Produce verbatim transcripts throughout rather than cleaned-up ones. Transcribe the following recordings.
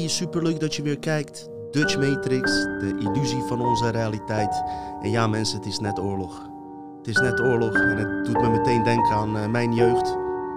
Hey, superleuk dat je weer kijkt. Dutch Matrix, de illusie van onze realiteit. En ja mensen, het is net oorlog. Het is net oorlog en het doet me meteen denken aan uh, mijn jeugd.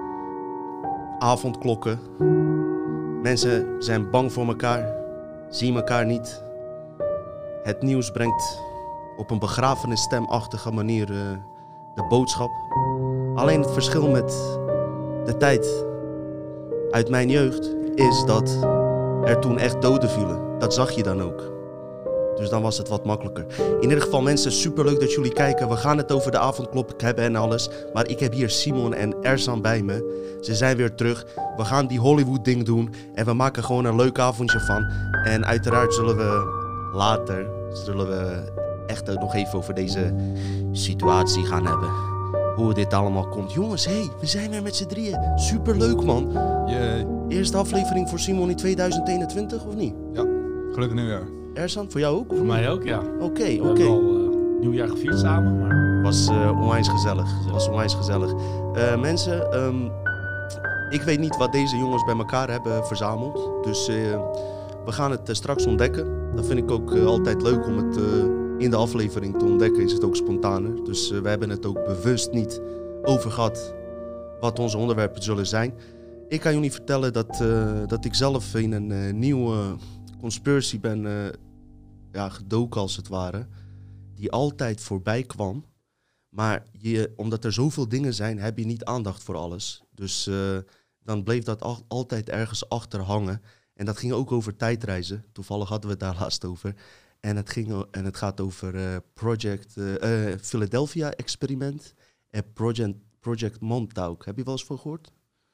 Avondklokken. Mensen zijn bang voor elkaar, zien elkaar niet. Het nieuws brengt op een begrafenisstemachtige manier uh, de boodschap. Alleen het verschil met de tijd uit mijn jeugd is dat er toen echt doden vielen. Dat zag je dan ook. Dus dan was het wat makkelijker. In ieder geval mensen, superleuk dat jullie kijken. We gaan het over de avondklok hebben en alles. Maar ik heb hier Simon en Ersan bij me. Ze zijn weer terug. We gaan die Hollywood ding doen. En we maken gewoon een leuk avondje van. En uiteraard zullen we later zullen we echt nog even over deze situatie gaan hebben. Hoe dit allemaal komt. Jongens, hé, hey, we zijn weer met z'n drieën. Superleuk, man. Yay. Eerste aflevering voor Simon in tweeduizend eenentwintig, of niet? Ja, gelukkig nieuwjaar. Ersan, voor jou ook? Voor mij ook, ja. Oké, oké. We hebben al uh, nieuwjaar gevierd samen, maar... Was uh, onwijs gezellig. Was onwijs gezellig. Uh, mensen, um, ik weet niet wat deze jongens bij elkaar hebben verzameld. Dus uh, we gaan het uh, straks ontdekken. Dat vind ik ook uh, altijd leuk om het... Uh, in de aflevering te ontdekken is het ook spontaner. Dus uh, we hebben het ook bewust niet over gehad wat onze onderwerpen zullen zijn. Ik kan jullie vertellen dat, uh, dat ik zelf in een uh, nieuwe conspiracy ben uh, ja, gedoken als het ware. Die altijd voorbij kwam. Maar je, omdat er zoveel dingen zijn, heb je niet aandacht voor alles. Dus uh, dan bleef dat al, altijd ergens achter hangen. En dat ging ook over tijdreizen. Toevallig hadden we het daar laatst over. En het, ging, en het gaat over uh, Project uh, uh, Philadelphia Experiment en Project, Project Montauk. Heb je wel eens van gehoord?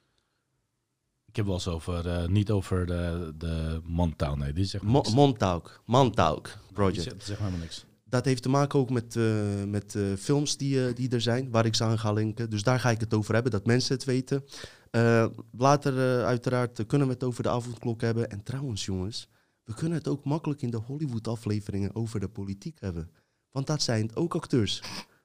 Ik heb wel eens over, uh, niet over de, de Montauk, nee, die zegt Mo- Montauk, Montauk Project. Die zegt, zegt helemaal niks. Dat heeft te maken ook met, uh, met uh, films die, uh, die er zijn, waar ik ze aan ga linken. Dus daar ga ik het over hebben, dat mensen het weten. Uh, later uh, uiteraard uh, kunnen we het over de avondklok hebben. En trouwens jongens... We kunnen het ook makkelijk in de Hollywood-afleveringen over de politiek hebben. Want dat zijn ook acteurs.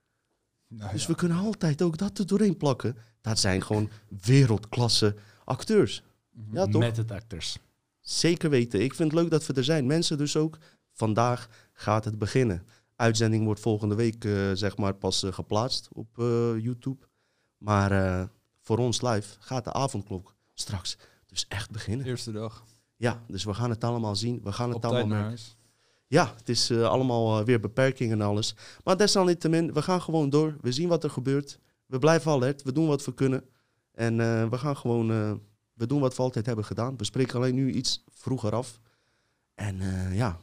Nou, dus ja. We kunnen altijd ook dat er doorheen plakken. Dat zijn gewoon wereldklasse acteurs. Mm-hmm. Ja, toch? Met het actors. Zeker weten. Ik vind het leuk dat we er zijn. Mensen dus ook. Vandaag gaat het beginnen. Uitzending wordt volgende week uh, zeg maar pas uh, geplaatst op uh, YouTube. Maar uh, voor ons live gaat de avondklok straks dus echt beginnen. Eerste dag. Ja, dus we gaan het allemaal zien. We gaan het Op allemaal tijd naar merken. huis. Ja, het is uh, allemaal uh, weer beperkingen en alles. Maar desalniettemin, we gaan gewoon door. We zien wat er gebeurt. We blijven alert. We doen wat we kunnen. En uh, we gaan gewoon... Uh, we doen wat we altijd hebben gedaan. We spreken alleen nu iets vroeger af. En uh, ja...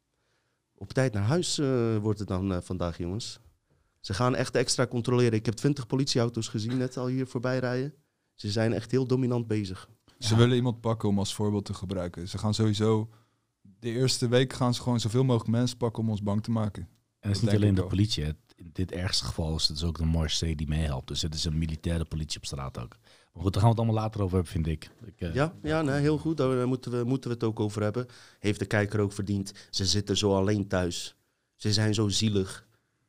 Op tijd naar huis uh, wordt het dan uh, vandaag, jongens. Ze gaan echt extra controleren. Ik heb twintig politieauto's gezien net al hier voorbij rijden. Ze zijn echt heel dominant bezig. Ze Ja. willen iemand pakken om als voorbeeld te gebruiken. Ze gaan sowieso... De eerste week gaan ze gewoon zoveel mogelijk mensen pakken om ons bang te maken. En het is Dat niet alleen denk de ik wel. politie. Het, in dit ergste geval is het dus ook de Marseille die meehelpt. Dus het is een militaire politie op straat ook. Maar goed, daar gaan we het allemaal later over hebben, vind ik. ik uh, Ja, ja nee, heel goed. Daar moeten we, moeten we het ook over hebben. Heeft de kijker ook verdiend. Ze zitten zo alleen thuis. Ze zijn zo zielig.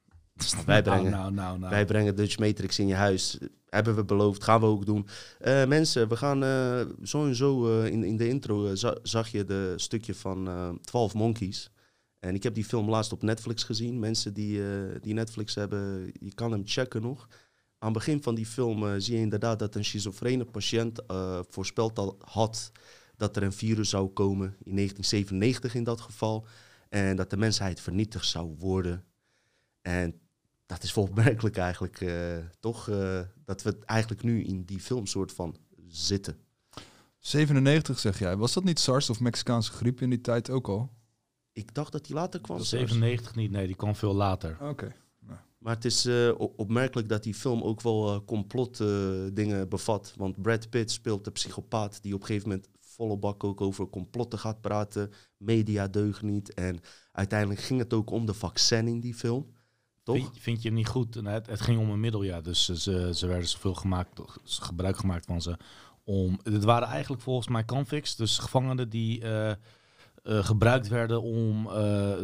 Wij brengen, nou, nou, nou. wij brengen Dutch Matrix in je huis. Hebben we beloofd, gaan we ook doen. Uh, mensen, we gaan uh, zo en zo uh, in, in de intro uh, za- zag je de stukje van uh, twaalf Monkeys. En ik heb die film laatst op Netflix gezien. Mensen die, uh, die Netflix hebben, je kan hem checken nog. Aan het begin van die film uh, zie je inderdaad dat een schizofrene patiënt uh, voorspeld al had dat er een virus zou komen. In negentien zevenennegentig in dat geval. En dat de mensheid vernietigd zou worden. En dat is wel opmerkelijk eigenlijk, uh, toch? Uh, dat we eigenlijk nu in die film soort van zitten. zevenennegentig zeg jij. Was dat niet SARS of Mexicaanse griep in die tijd ook al? Ik dacht dat die later kwam. zevenennegentig niet, nee, die kwam veel later. Oké. Okay. Maar het is uh, opmerkelijk dat die film ook wel uh, complot uh, dingen bevat. Want Brad Pitt speelt de psychopaat die op een gegeven moment volle bak ook over complotten gaat praten. Media deugen niet. En uiteindelijk ging het ook om de vaccin in die film. Toch? Vind, vind je hem niet goed? Nou, het, het ging om een middel, ja. Dus ze, ze werden zoveel gemaakt, gebruik gemaakt van ze. Om, het waren eigenlijk volgens mij convicts, dus gevangenen die uh, uh, gebruikt werden om uh,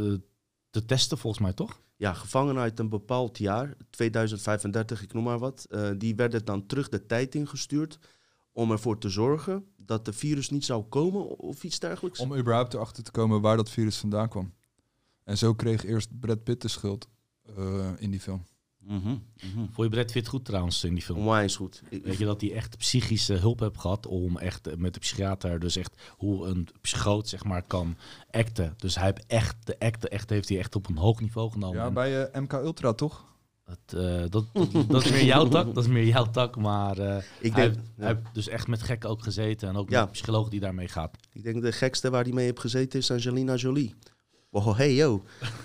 te testen, volgens mij, toch? Ja, gevangenen uit een bepaald jaar, tweeduizend vijfendertig, ik noem maar wat. Uh, die werden dan terug de tijd ingestuurd om ervoor te zorgen dat de virus niet zou komen of iets dergelijks? Om überhaupt erachter te komen waar dat virus vandaan kwam. En zo kreeg eerst Brad Pitt de schuld uh, in die film. Mm-hmm. Mm-hmm. Vond je Brad Pitt goed trouwens in die film? Onwijs goed. Ik, Weet je dat hij echt psychische hulp heeft gehad om echt met de psychiater, dus echt hoe een psychoot zeg maar kan acten. Dus hij heeft echt de acten, echt heeft hij echt op een hoog niveau genomen. Ja, En bij uh, M K Ultra toch? dat, uh, dat, dat, dat is meer jouw tak, dat is meer jouw tak, maar uh, ik hij, denk, heeft, ja. hij heeft dus echt met gekken ook gezeten en ook Ja. met een psycholoog die daarmee gaat. ik denk de gekste waar hij mee heeft gezeten is Angelina Jolie. Wow, hey yo.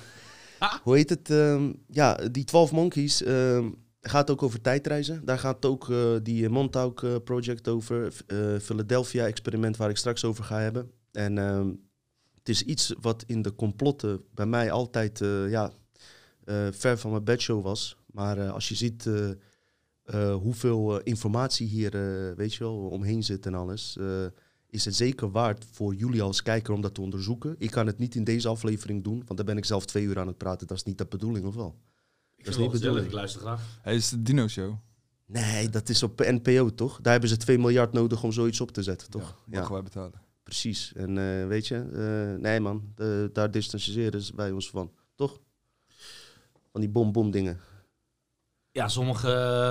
Hoe heet het? Um, ja, die twaalf Monkeys um, gaat ook over tijdreizen. Daar gaat ook uh, die Montauk uh, Project over. Uh, Philadelphia experiment waar ik straks over ga hebben. En um, het is iets wat in de complotten bij mij altijd uh, ja, uh, ver van mijn bedshow was. Maar uh, als je ziet uh, uh, hoeveel uh, informatie hier uh, weet je wel, omheen zit en alles... Uh, is het zeker waard voor jullie als kijker om dat te onderzoeken. Ik kan het niet in deze aflevering doen, want daar ben ik zelf twee uur aan het praten. Dat is niet de bedoeling, of wel? Ik dat is niet bedoeling. Ik luister graag. Hij is de Dino Show. Nee, dat is op N P O, toch? Daar hebben ze twee miljard nodig om zoiets op te zetten, toch? Ja, mogen wij betalen. Precies. En uh, weet je, uh, nee man, de, daar distancieren wij ons van, toch? Van die bom-bom dingen. Ja, sommige...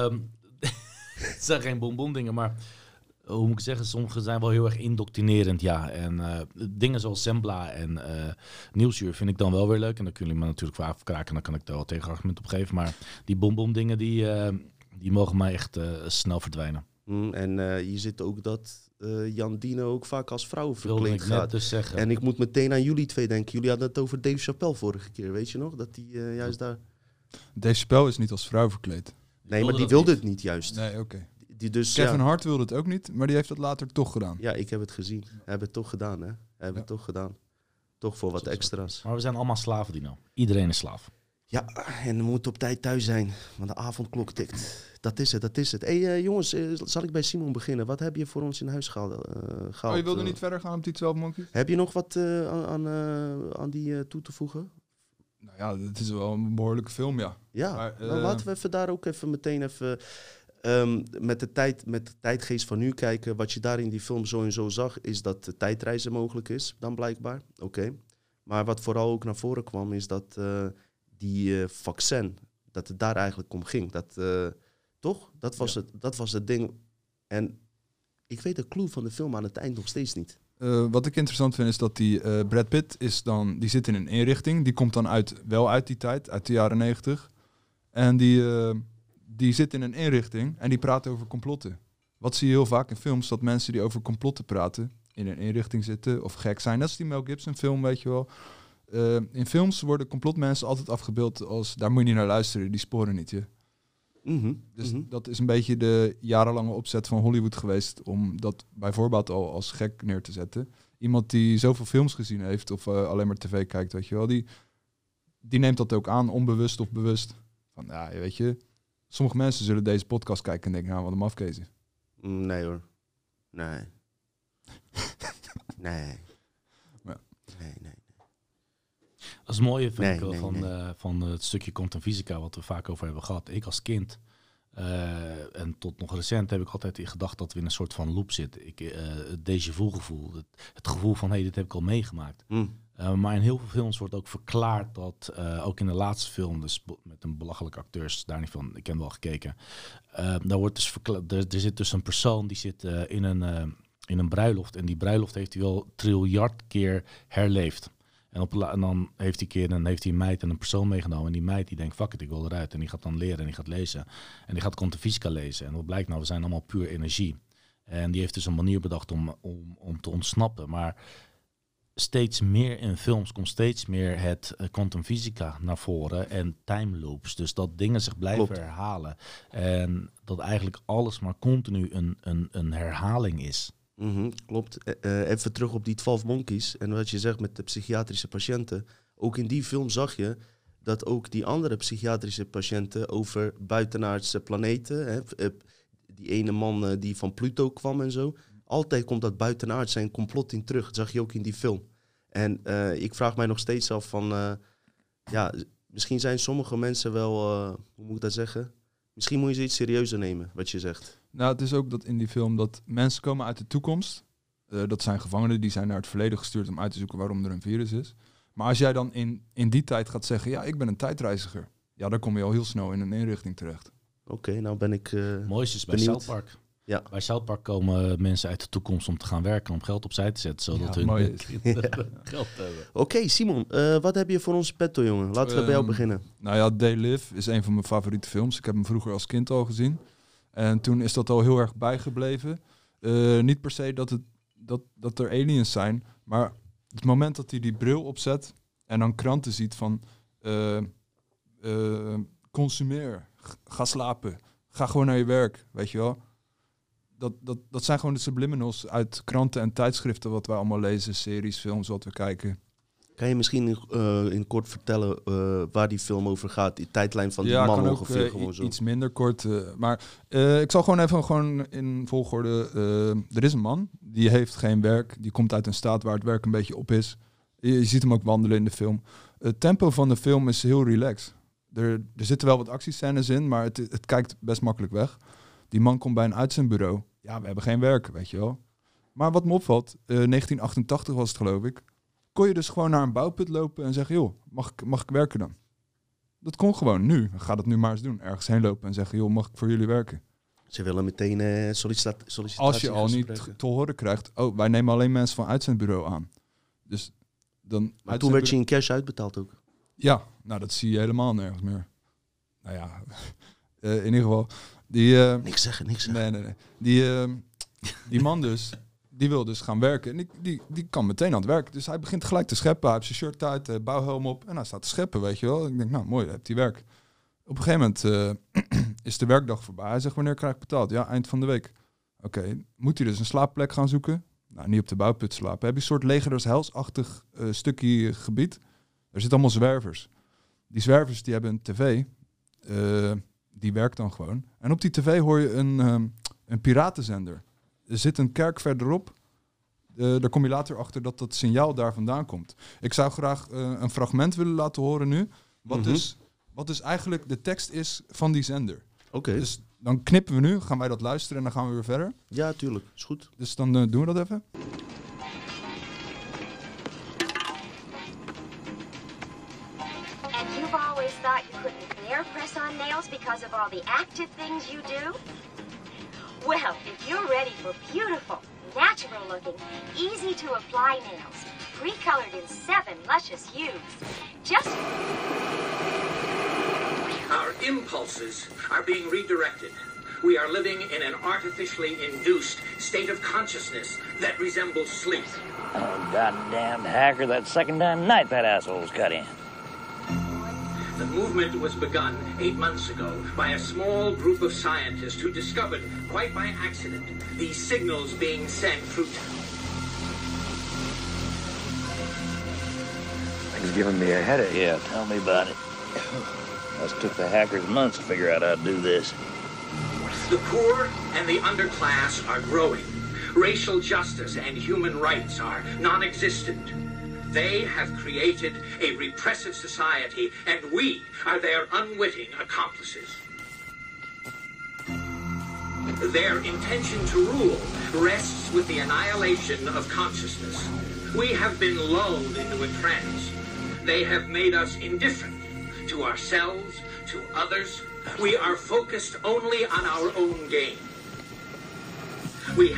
Uh, het zijn geen bom-bom dingen, maar... Hoe moet ik zeggen, sommige zijn wel heel erg indoctrinerend, ja. En uh, dingen zoals Zembla en uh, Nieuwsuur vind ik dan wel weer leuk. En dan kunnen jullie me natuurlijk voor afkraken en dan kan ik daar wel tegenargument op geven. Maar die bombom dingen, die, uh, die mogen mij echt uh, snel verdwijnen. Mm, en uh, je ziet ook dat uh, Jan Dino ook vaak als vrouw verkleed ik net gaat. dus zeggen. En ik moet meteen aan jullie twee denken. Jullie hadden het over Dave Chappelle vorige keer, weet je nog? Dat die uh, juist daar... Dave Chappelle is niet als vrouw verkleed. Nee, maar die wilde het niet juist. Nee, oké. Okay. Die dus, Kevin ja, Hart wilde het ook niet, maar die heeft dat later toch gedaan. Ja, ik heb het gezien. Hij heeft het toch gedaan, hè? Hij heeft Ja. het toch gedaan. Toch voor wat extra's. Maar we zijn allemaal slaven, Dino. Iedereen is slaaf. Ja, en we moeten op tijd thuis zijn, want de avondklok tikt. Dat is het, dat is het. Hé hey, uh, jongens, uh, zal ik bij Simon beginnen? Wat heb je voor ons in huis gehaald? Uh, gehaald Oh, je wilde uh, niet verder gaan op die twaalf Monkeys? Heb je nog wat uh, aan, aan, uh, aan die uh, toe te voegen? Nou ja, het is wel een behoorlijke film, ja. Ja, Maar, uh, nou, laten we even daar ook even meteen even... Um, met, de tijd, met de tijdgeest van nu kijken. Wat je daar in die film zo en zo zag, is dat de tijdreizen mogelijk is, dan blijkbaar. Oké. Okay. Maar wat vooral ook naar voren kwam, is dat uh, die uh, vaccin, dat het daar eigenlijk om ging. Dat, uh, toch? Dat was, ja. het, dat was het ding. En ik weet de clue van de film aan het eind nog steeds niet. Uh, wat ik interessant vind is dat die uh, Brad Pitt is dan, die zit in een inrichting. Die komt dan uit, wel uit die tijd, uit de jaren negentig. En die... Uh, Die zit in een inrichting en die praat over complotten. Wat zie je heel vaak in films, dat mensen die over complotten praten, in een inrichting zitten of gek zijn. Dat is die Mel Gibson film, weet je wel. Uh, in films worden complotmensen altijd afgebeeld als, daar moet je niet naar luisteren, die sporen niet je. Mm-hmm. Dus mm-hmm. dat is een beetje de jarenlange opzet van Hollywood geweest om dat bijvoorbeeld al als gek neer te zetten. Iemand die zoveel films gezien heeft of uh, alleen maar tv kijkt, weet je wel, die, die neemt dat ook aan, onbewust of bewust. Van, ja, weet je... Sommige mensen zullen deze podcast kijken en denken, nou, wat een mafkezen. Nee hoor. Nee. nee. Ja. Nee, nee. Dat is het mooie vind Nee, ik wel nee, van, nee. Uh, van het stukje quantum fysica wat we vaak over hebben gehad. Ik als kind uh, en tot nog recent heb ik altijd gedacht dat we in een soort van loop zitten. Ik, uh, het déjà vu gevoel, het, het gevoel van hé, hey, dit heb ik al meegemaakt. Mm. Uh, maar in heel veel films wordt ook verklaard dat, uh, ook in de laatste film, dus met een belachelijke acteurs, daar niet van, ik heb wel gekeken. Uh, daar wordt dus verkla- er, er zit dus een persoon die zit uh, in, een, uh, in een bruiloft. En die bruiloft heeft hij wel triljard keer herleefd. En, op, en dan heeft hij keer dan heeft hij een meid en een persoon meegenomen. En die meid die denkt, fuck it, ik wil eruit. En die gaat dan leren en die gaat lezen. En die gaat quantum fysica lezen. En wat blijkt nou, we zijn allemaal puur energie. En die heeft dus een manier bedacht om, om, om te ontsnappen. Maar steeds meer in films komt steeds meer het quantum fysica naar voren en time loops. Dus dat dingen zich blijven Klopt. herhalen. En dat eigenlijk alles maar continu een, een, een herhaling is. Mm-hmm, klopt. Uh, even terug op die twaalf Monkeys en wat je zegt met de psychiatrische patiënten. Ook in die film zag je dat ook die andere psychiatrische patiënten over buitenaardse planeten, hè, die ene man uh, die van Pluto kwam en zo, altijd komt dat buitenaard zijn complot in terug. Dat zag je ook in die film. En uh, ik vraag mij nog steeds af van, uh, ja, misschien zijn sommige mensen wel, uh, hoe moet ik dat zeggen? Misschien moet je ze iets serieuzer nemen, wat je zegt. Nou, het is ook dat in die film dat mensen komen uit de toekomst. Uh, dat zijn gevangenen, die zijn naar het verleden gestuurd om uit te zoeken waarom er een virus is. Maar als jij dan in, in die tijd gaat zeggen, ja, ik ben een tijdreiziger. Ja, dan kom je al heel snel in een inrichting terecht. Oké, okay, nou ben ik uh, Mooiste is bij benieuwd. South Park. Ja. Bij South Park komen mensen uit de toekomst om te gaan werken, om geld opzij te zetten, zodat ja, hun ja. geld hebben. Oké, okay, Simon, uh, wat heb je voor ons petto, jongen? Laten we um, bij jou beginnen. Nou ja, They Live is een van mijn favoriete films. Ik heb hem vroeger als kind al gezien. En toen is dat al heel erg bijgebleven. Uh, niet per se dat, het, dat, dat er aliens zijn, maar het moment dat hij die bril opzet en dan kranten ziet van uh, uh, consumeer, ga slapen, ga gewoon naar je werk, weet je wel. Dat, dat, dat zijn gewoon de subliminals uit kranten en tijdschriften wat wij allemaal lezen, series, films, wat we kijken. Kan je misschien uh, in kort vertellen uh, waar die film over gaat? Die tijdlijn van die ja, man kan ongeveer ook, gewoon uh, zo. Iets minder kort. Uh, maar uh, ik zal gewoon even gewoon in volgorde. Uh, er is een man, die heeft geen werk. Die komt uit een staat waar het werk een beetje op is. Je, je ziet hem ook wandelen in de film. Het tempo van de film is heel relaxed. Er, er zitten wel wat actiescènes in, maar het, het kijkt best makkelijk weg. Die man komt bij een uitzendbureau. Ja, we hebben geen werk, weet je wel. Maar wat me opvalt, uh, negentien achtentachtig was het geloof ik, kon je dus gewoon naar een bouwput lopen en zeggen, joh, mag ik, mag ik werken dan? Dat kon gewoon nu. Ga dat nu maar eens doen. Ergens heen lopen en zeggen, joh, mag ik voor jullie werken? Ze willen meteen uh, sollicita- sollicitatie Als je al niet te horen krijgt, oh, wij nemen alleen mensen van uitzendbureau aan. Dus dan maar uitzendbureau... toen werd je in cash uitbetaald ook? Ja, nou dat zie je helemaal nergens meer. Nou ja, uh, in ieder geval... Die, uh, niks zeggen, niks zeggen. Nee, nee, nee. Die, uh, die man dus, die wil dus gaan werken. En die, die, die kan meteen aan het werk. Dus hij begint gelijk te scheppen. Hij heeft zijn shirt uit, uh, bouwhelm op. En hij staat te scheppen, weet je wel. Ik denk, nou mooi, dan heeft hij werk. Op een gegeven moment uh, is de werkdag voorbij. Hij zegt, wanneer krijg ik betaald? Ja, eind van de week. Oké, okay. Moet hij dus een slaapplek gaan zoeken? Nou, niet op de bouwput slapen. Heb je een soort legerdershuisachtig uh, stukje gebied. Er zitten allemaal zwervers. Die zwervers die hebben een tv... Uh, die werkt dan gewoon. En op die tv hoor je een, um, een piratenzender. Er zit een kerk verderop. Uh, daar kom je later achter dat dat signaal daar vandaan komt. Ik zou graag uh, een fragment willen laten horen nu. Wat, mm-hmm. dus, wat dus eigenlijk de tekst is van die zender. Oké. Okay. Dus dan knippen we nu, gaan wij dat luisteren en dan gaan we weer verder. Ja, tuurlijk. Is goed. Dus dan uh, doen we dat even. Thought you couldn't bear press-on nails because of all the active things you do? Well, if you're ready for beautiful, natural-looking, easy-to-apply nails, pre-colored in seven luscious hues, just... Our impulses are being redirected. We are living in an artificially induced state of consciousness that resembles sleep. Oh, goddamn hacker, that second damn night that asshole's cut in. The movement was begun eight months ago by a small group of scientists who discovered, quite by accident, these signals being sent through... Things giving me a headache. Yeah, tell me about it. Us took the hackers months to figure out how to do this. The poor and the underclass are growing. Racial justice and human rights are non-existent. They have created a repressive society, and we are their unwitting accomplices. Their intention to rule rests with the annihilation of consciousness. We have been lulled into a trance. They have made us indifferent to ourselves, to others. We are focused only on our own gain. We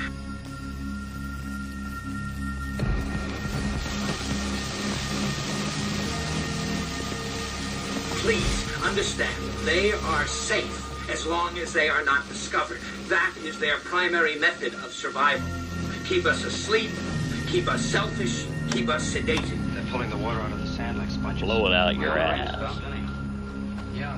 Please understand, they are safe as long as they are not discovered. That is their primary method of survival. Keep us asleep, keep us selfish, keep us sedated. They're pulling the water out of the sand like sponges. Blow it out your ass. Yeah.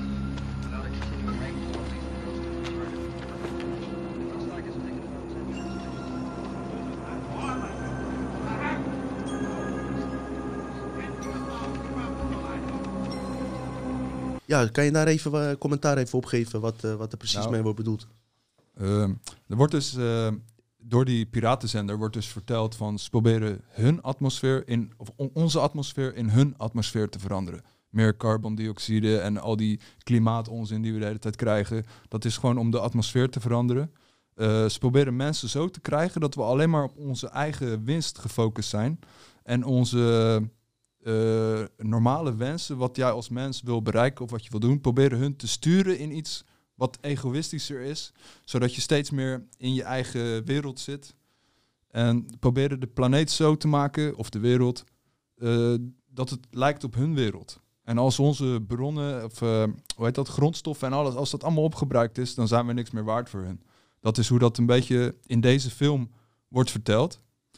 Ja, kan je daar even uh, commentaar even op geven wat, uh, wat er precies nou, mee wordt bedoeld? Uh, er wordt dus uh, door die piratenzender wordt dus verteld van ze proberen hun atmosfeer in of on- onze atmosfeer in hun atmosfeer te veranderen. meer carbondioxide en al die klimaatonzin die we de hele tijd krijgen. Dat is gewoon om de atmosfeer te veranderen. Uh, ze proberen mensen zo te krijgen dat we alleen maar op onze eigen winst gefocust zijn. En onze uh, normale wensen, wat jij als mens wil bereiken of wat je wil doen, proberen hun te sturen in iets wat egoïstischer is. Zodat je steeds meer in je eigen wereld zit. En proberen de planeet zo te maken, of de wereld, uh, dat het lijkt op hun wereld. En als onze bronnen, of uh, hoe heet dat, grondstoffen en alles, als dat allemaal opgebruikt is, dan zijn we niks meer waard voor hun. Dat is hoe dat een beetje in deze film wordt verteld.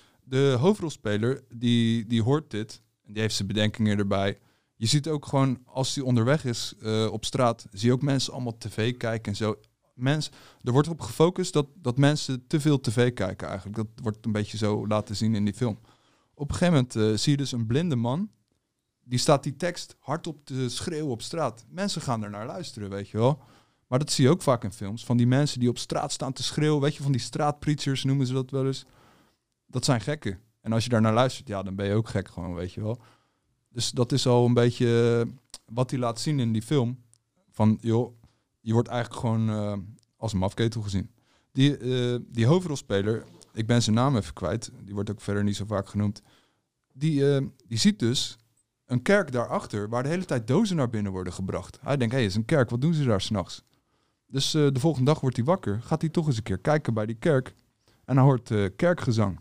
De hoofdrolspeler, die, die hoort dit, en die heeft zijn bedenkingen erbij. Je ziet ook gewoon, als hij onderweg is uh, op straat, zie je ook mensen allemaal tv kijken en zo. Mens, er wordt op gefocust dat, dat mensen te veel tv kijken eigenlijk. Dat wordt een beetje zo laten zien in die film. Op een gegeven moment uh, zie je dus een blinde man. Die staat die tekst hardop te schreeuwen op straat. Mensen gaan er naar luisteren, weet je wel. Maar dat zie je ook vaak in films. Van die mensen die op straat staan te schreeuwen. Weet je, van die straatpreachers noemen ze dat wel eens. Dat zijn gekken. En als je daar naar luistert, ja, dan ben je ook gek gewoon, weet je wel. Dus dat is al een beetje wat hij laat zien in die film. Van, joh, je wordt eigenlijk gewoon uh, als een mafketel gezien. Die, uh, die hoofdrolspeler, ik ben zijn naam even kwijt. Die wordt ook verder niet zo vaak genoemd. Die, uh, die ziet dus een kerk daarachter waar de hele tijd dozen naar binnen worden gebracht. Hij denkt, hé, hey, is een kerk, wat doen ze daar 's nachts? Dus uh, de volgende dag wordt hij wakker. Gaat hij toch eens een keer kijken bij die kerk. En hij hoort uh, kerkgezang.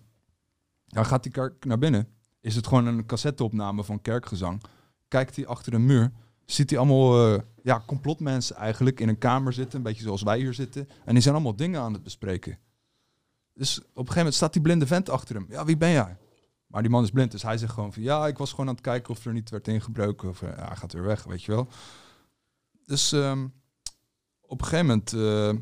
Dan gaat die kerk naar binnen. Is het gewoon een cassetteopname van kerkgezang. Kijkt hij achter een muur. Ziet hij allemaal uh, ja, complotmensen eigenlijk in een kamer zitten. Een beetje zoals wij hier zitten. En die zijn allemaal dingen aan het bespreken. Dus op een gegeven moment staat die blinde vent achter hem. Ja, wie ben jij? Maar die man is blind. Dus hij zegt gewoon van, ja, ik was gewoon aan het kijken of er niet werd ingebroken. Of uh, ja, hij gaat weer weg, weet je wel. Dus um, op een gegeven moment... Uh,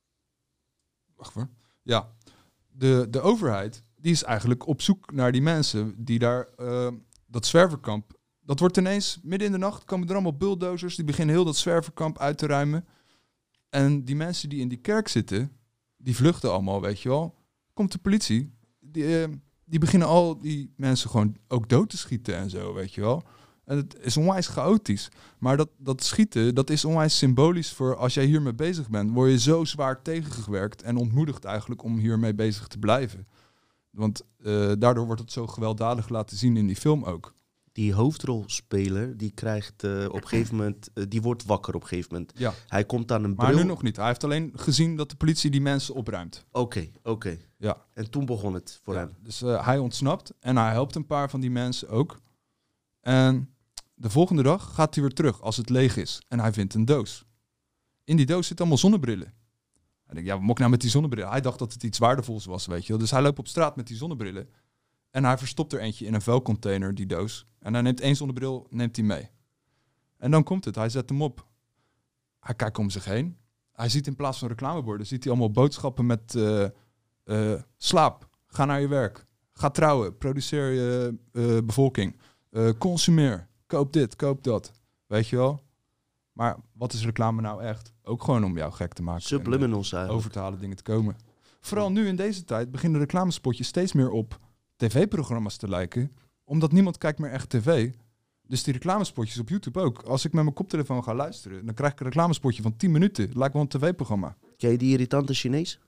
wacht hoor. Ja, de, de overheid... die is eigenlijk op zoek naar die mensen die daar, uh, dat zwerverkamp, dat wordt ineens, midden in de nacht, komen er allemaal bulldozers, die beginnen heel dat zwerverkamp uit te ruimen. En die mensen die in die kerk zitten, die vluchten allemaal, weet je wel. Komt de politie, die, uh, die beginnen al die mensen gewoon ook dood te schieten en zo, weet je wel. En het is onwijs chaotisch. Maar dat, dat schieten, dat is onwijs symbolisch voor als jij hiermee bezig bent. Word je zo zwaar tegengewerkt en ontmoedigd eigenlijk om hiermee bezig te blijven. Want uh, daardoor wordt het zo gewelddadig laten zien in die film ook. Die hoofdrolspeler, die krijgt uh, op een gegeven moment, uh, die wordt wakker op een gegeven moment. Ja. Hij komt aan een bril. Maar nu nog niet. Hij heeft alleen gezien dat de politie die mensen opruimt. Oké, okay, oké. Okay. Ja. En toen begon het voor ja. hem. Dus uh, hij ontsnapt en hij helpt een paar van die mensen ook. En de volgende dag gaat hij weer terug als het leeg is. En hij vindt een doos. In die doos zitten allemaal zonnebrillen. Hij denkt, ja, wat moet ik nou met die zonnebrillen? Hij dacht dat het iets waardevols was, weet je wel. Dus hij loopt op straat met die zonnebrillen. En hij verstopt er eentje in een vuilcontainer, die doos. En hij neemt één zonnebril, neemt hij mee. En dan komt het, hij zet hem op. Hij kijkt om zich heen. Hij ziet in plaats van reclameborden, ziet hij allemaal boodschappen met... Uh, uh, slaap, ga naar je werk. Ga trouwen, produceer je uh, bevolking. Uh, consumeer, koop dit, koop dat. Weet je wel? Maar wat is reclame nou echt? Ook gewoon om jou gek te maken. Subliminals en, uh, eigenlijk. Over te halen dingen te komen. Vooral nu in deze tijd beginnen reclamespotjes steeds meer op tv-programma's te lijken. Omdat niemand kijkt meer echt tv. Dus die reclamespotjes op YouTube ook. Als ik met mijn koptelefoon ga luisteren, dan krijg ik een reclamespotje van tien minuten. Het lijkt wel een tv-programma. Ken je die irritante Chinees?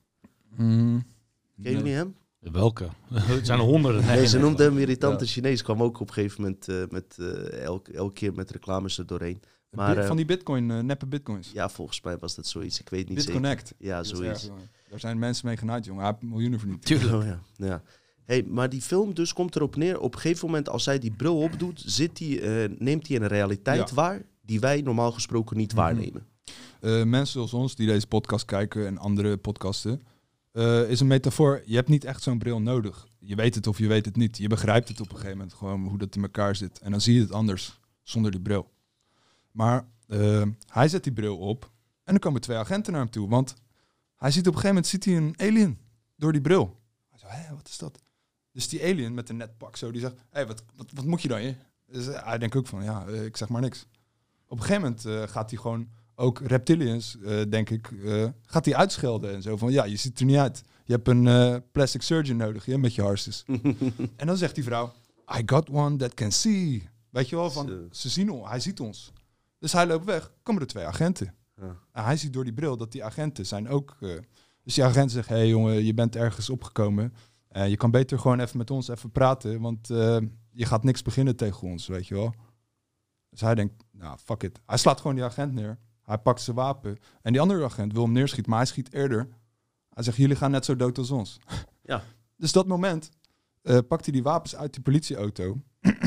Mm, Ken je nee. niet hem? Welke? Het zijn er honderden. Nee, Nee, ze nee, noemde hem irritante Ja. Chinees. Kwam ook op een gegeven moment uh, met uh, elk, elke keer met reclames er doorheen. Maar, Bi- uh, van die bitcoin, uh, neppe bitcoins. Ja, volgens mij was dat zoiets. Ik weet niet BitConnect. zeker. Ja, Dat is zoiets. erg, jongen. Daar zijn mensen mee genaaid, jongen. Hij heeft miljoenen verdiend. Tuurlijk. Oh, ja. Ja. Hey, maar die film dus komt erop neer. Op een gegeven moment, als hij die bril opdoet, zit hij, uh, neemt hij een realiteit Ja. waar die wij normaal gesproken niet Mhm. waarnemen. Uh, mensen zoals ons die deze podcast kijken en andere podcasten, uh, is een metafoor. Je hebt niet echt zo'n bril nodig. Je weet het of je weet het niet. Je begrijpt het op een gegeven moment gewoon hoe dat in elkaar zit. En dan zie je het anders zonder die bril. Maar uh, hij zet die bril op en dan komen twee agenten naar hem toe. Want hij ziet op een gegeven moment ziet hij een alien door die bril. Hij zegt, hé, wat is dat? Dus die alien met een net pak zo, die zegt, hé, hey, wat, wat, wat moet je dan? Je? Dus uh, hij denkt ook van, ja, uh, ik zeg maar niks. Op een gegeven moment uh, gaat hij gewoon, ook reptilians, uh, denk ik, uh, gaat hij uitschelden en zo van, ja, je ziet er niet uit. Je hebt een uh, plastic surgeon nodig, ja, met je harses. En dan zegt die vrouw, I got one that can see. Weet je wel, van, Ze- ze zien ons, hij ziet ons. Dus hij loopt weg, komen er twee agenten. Ja. En hij ziet door die bril dat die agenten zijn ook... Uh, dus die agent zegt, hé hey, jongen, je bent ergens opgekomen. Uh, je kan beter gewoon even met ons even praten, want uh, je gaat niks beginnen tegen ons, weet je wel. Dus hij denkt, nou, fuck it. Hij slaat gewoon die agent neer. Hij pakt zijn wapen. En die andere agent wil hem neerschieten, maar hij schiet eerder. Hij zegt, jullie gaan net zo dood als ons. Ja. Dus dat moment uh, pakt hij die wapens uit die politieauto.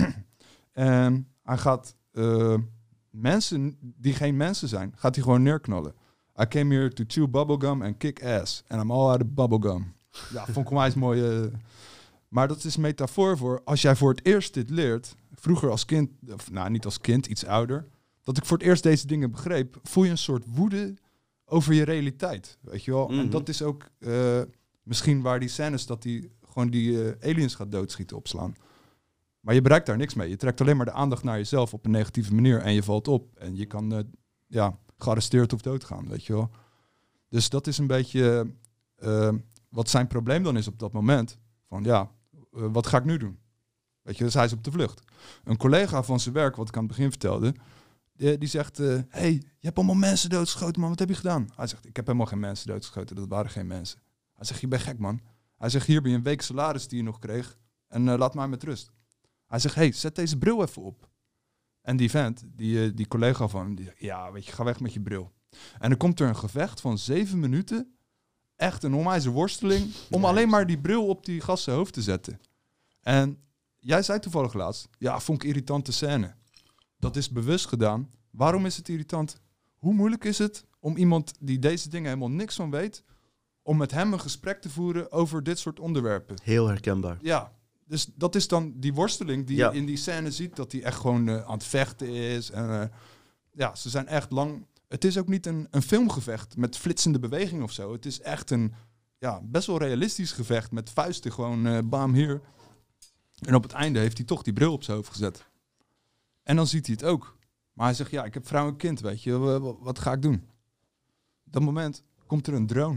En hij gaat uh, mensen die geen mensen zijn, gaat hij gewoon neerknallen. I came here to chew bubblegum and kick ass. And I'm all out of bubblegum. Ja, vond ik onwijs mooi. Uh, maar dat is een metafoor voor, als jij voor het eerst dit leert, vroeger als kind, of nou niet als kind, iets ouder, dat ik voor het eerst deze dingen begreep, voel je een soort woede over je realiteit, weet je wel. Mm-hmm. En dat is ook uh, misschien waar die scènes dat hij gewoon die uh, aliens gaat doodschieten opslaan. Maar je bereikt daar niks mee. Je trekt alleen maar de aandacht naar jezelf op een negatieve manier en je valt op. En je kan uh, ja, gearresteerd of doodgaan, weet je wel. Dus dat is een beetje uh, wat zijn probleem dan is op dat moment. Van ja, uh, wat ga ik nu doen? Weet je, dus hij is op de vlucht. Een collega van zijn werk, wat ik aan het begin vertelde, die, die zegt, hé, uh, hey, je hebt allemaal mensen doodgeschoten, man. Wat heb je gedaan? Hij zegt, ik heb helemaal geen mensen doodgeschoten. Dat waren geen mensen. Hij zegt, je bent gek, man. Hij zegt, hier ben je een week salaris die je nog kreeg. En uh, laat maar met rust. Hij zegt, hé, hey, zet deze bril even op. En die vent, die, uh, die collega van hem, die zegt, ja, weet je, ga weg met je bril. En dan komt er een gevecht van zeven minuten. Echt een onwijze worsteling. Om alleen maar die bril op die gast zijn hoofd te zetten. En jij zei toevallig laatst, ja, vond ik irritante scène. Dat is bewust gedaan. Waarom is het irritant? Hoe moeilijk is het om iemand die deze dingen helemaal niks van weet, om met hem een gesprek te voeren over dit soort onderwerpen? Heel herkenbaar. Ja, dus dat is dan die worsteling die ja. je in die scène ziet, dat hij echt gewoon uh, aan het vechten is. En uh, ja, ze zijn echt lang. Het is ook niet een, een filmgevecht met flitsende beweging of zo. Het is echt een ja, best wel realistisch gevecht met vuisten, gewoon uh, bam hier. En op het einde heeft hij toch die bril op zijn hoofd gezet. En dan ziet hij het ook. Maar hij zegt, ja, ik heb vrouw en kind, weet je, wat, wat ga ik doen? Op dat moment komt er een drone.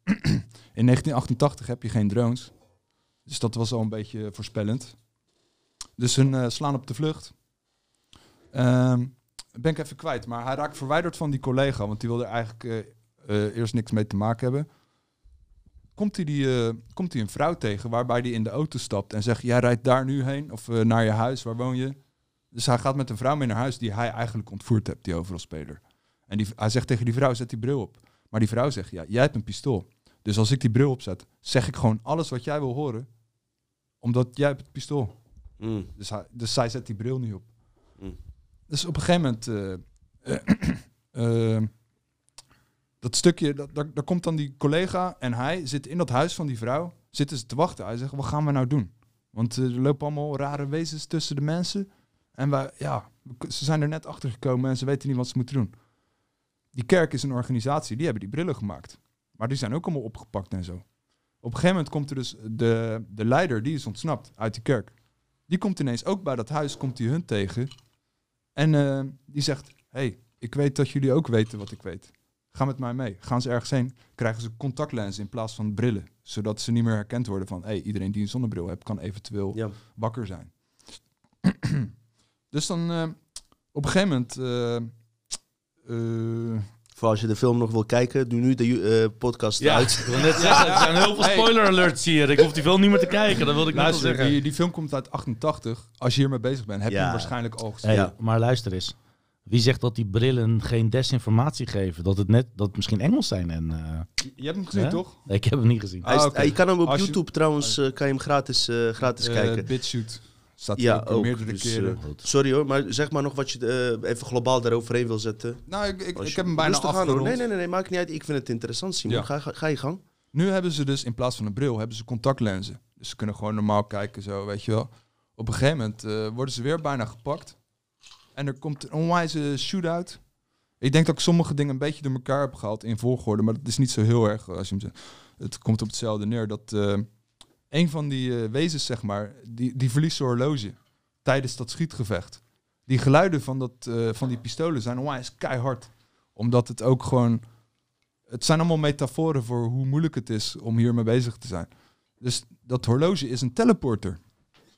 In negentien achtentachtig heb je geen drones. Dus dat was al een beetje voorspellend. Dus hun uh, slaan op de vlucht. Um, ben ik even kwijt, maar hij raakt verwijderd van die collega, want die wilde eigenlijk uh, uh, eerst niks mee te maken hebben. Komt hij die, uh, komt hij een vrouw tegen waarbij hij in de auto stapt en zegt, jij rijdt daar nu heen of uh, naar je huis, waar woon je? Dus hij gaat met een vrouw mee naar huis die hij eigenlijk ontvoerd hebt, die overalspeler. En die, hij zegt tegen die vrouw, zet die bril op. Maar die vrouw zegt, ja, jij hebt een pistool. Dus als ik die bril opzet, zeg ik gewoon alles wat jij wil horen, omdat jij hebt het pistool. Mm. Dus, hij, dus zij zet die bril niet op. Mm. Dus op een gegeven moment, uh, uh, uh, dat stukje, dat, daar, daar komt dan die collega en hij zit in dat huis van die vrouw, zitten ze te wachten. Hij zegt, wat gaan we nou doen? Want uh, er lopen allemaal rare wezens tussen de mensen. En wij, ja, ze zijn er net achter gekomen en ze weten niet wat ze moeten doen. Die kerk is een organisatie, die hebben die brillen gemaakt. Maar die zijn ook allemaal opgepakt en zo. Op een gegeven moment komt er dus de, de leider, die is ontsnapt uit die kerk. Die komt ineens ook bij dat huis, komt hij hun tegen. En uh, die zegt, hey, ik weet dat jullie ook weten wat ik weet. Ga met mij mee. Gaan ze ergens heen, krijgen ze contactlenzen in plaats van brillen. Zodat ze niet meer herkend worden van, hey, iedereen die een zonnebril heeft, kan eventueel ja. wakker zijn. Dus dan, uh, op een gegeven moment... Uh, uh, Voor als je de film nog wil kijken, doe nu de uh, podcast ja, uit. Ik wil net zeggen, er zijn heel veel spoiler alerts hier. Ik hoef die film niet meer te kijken, dat wilde ik net al zeggen. Die, die film komt uit achtentachtig. Als je hiermee bezig bent, heb ja. je hem waarschijnlijk al gezien. Hey, ja. Maar luister eens. Wie zegt dat die brillen geen desinformatie geven? Dat het net, dat het misschien Engels zijn en... Uh, je hebt hem gezien, hè? Toch? Nee, ik heb hem niet gezien. Ah, okay. Je kan hem op als YouTube je, trouwens, uh, kan je hem gratis, uh, gratis uh, kijken. BitChute. Staat ja, ook, ook meerdere dus, keren. Uh, sorry hoor, maar zeg maar nog wat je uh, even globaal daaroverheen wil zetten. Nou, ik, ik, ik heb hem bijna afgerond. Nee, nee, nee, nee, maakt niet uit. Ik vind het interessant, Simon. Ja. Ga, ga, ga je gang. Nu hebben ze dus in plaats van een bril, hebben ze contactlenzen. Dus ze kunnen gewoon normaal kijken, zo, weet je wel. Op een gegeven moment uh, worden ze weer bijna gepakt. En er komt een onwijze shootout. Ik denk dat ik sommige dingen een beetje door elkaar heb gehaald in volgorde, maar dat is niet zo heel erg. Als je hem zegt. Het komt op hetzelfde neer dat uh, een van die uh, wezens, zeg maar, die, die verliest zijn horloge tijdens dat schietgevecht. Die geluiden van, dat, uh, van die pistolen zijn onwijs keihard. Omdat het ook gewoon... Het zijn allemaal metaforen voor hoe moeilijk het is om hiermee bezig te zijn. Dus dat horloge is een teleporter.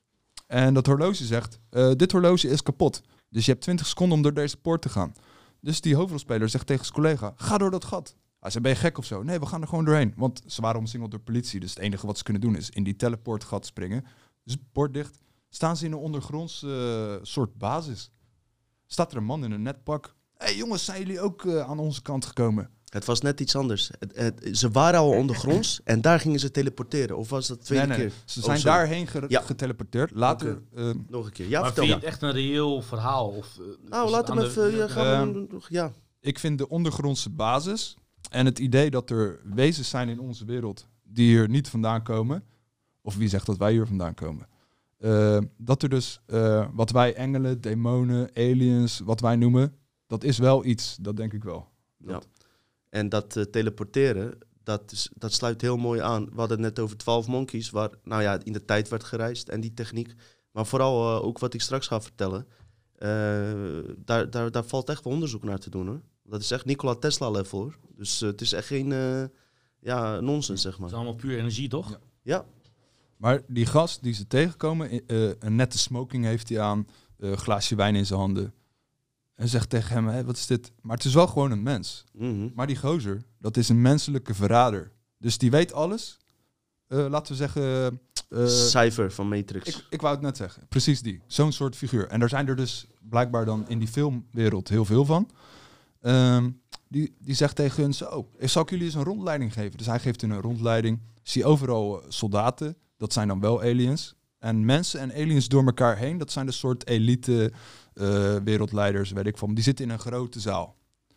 En dat horloge zegt, uh, dit horloge is kapot. Dus je hebt twintig seconden om door deze poort te gaan. Dus die hoofdrolspeler zegt tegen zijn collega, ga door dat gat. Hij zei, ben je gek of zo? Nee, we gaan er gewoon doorheen. Want ze waren omsingeld door politie. Dus het enige wat ze kunnen doen is in die teleportgat springen. Dus de poort dicht. Staan ze in een ondergronds uh, soort basis. Staat er een man in een netpak. Hé hey, jongens, zijn jullie ook uh, aan onze kant gekomen? Het was net iets anders. Het, het, ze waren al ondergronds en daar gingen ze teleporteren. Of was dat de tweede nee, nee, keer? Ze zijn oh, daarheen ge- ja. geteleporteerd. Later... Okay. Uh, Nog een keer. Ja, maar vertel. vind je het echt een reëel verhaal? Of, uh, nou, laat hem even... Ja, gaan we, uh, ja. Ik vind de ondergrondse basis en het idee dat er wezens zijn in onze wereld die hier niet vandaan komen, of wie zegt dat wij hier vandaan komen, uh, dat er dus uh, wat wij engelen, demonen, aliens, wat wij noemen, dat is wel iets, dat denk ik wel. Dat... Ja. En dat uh, teleporteren, dat, is, dat sluit heel mooi aan. We hadden het net over twaalf Monkeys, waar nou ja, in de tijd werd gereisd en die techniek. Maar vooral uh, ook wat ik straks ga vertellen, uh, daar, daar, daar valt echt wel onderzoek naar te doen, hoor. Dat is echt Nikola Tesla level, hoor. Dus uh, het is echt geen uh, ja, nonsens, zeg maar. Het is allemaal puur energie, toch? Ja. Ja. Maar die gast die ze tegenkomen, uh, een nette smoking heeft hij aan, een uh, glaasje wijn in zijn handen. En zegt tegen hem, hey, wat is dit? Maar het is wel gewoon een mens. Mm-hmm. Maar die gozer, dat is een menselijke verrader. Dus die weet alles. Uh, laten we zeggen... Uh, Cypher van Matrix. Ik, ik wou het net zeggen. Precies die. Zo'n soort figuur. En daar zijn er dus blijkbaar dan in die filmwereld heel veel van. Um, die, die zegt tegen hun zo, zal ik jullie eens een rondleiding geven? Dus hij geeft hun een rondleiding. Zie overal soldaten. Dat zijn dan wel aliens. En mensen en aliens door elkaar heen. Dat zijn de soort elite uh, wereldleiders, weet ik van. Die zitten in een grote zaal.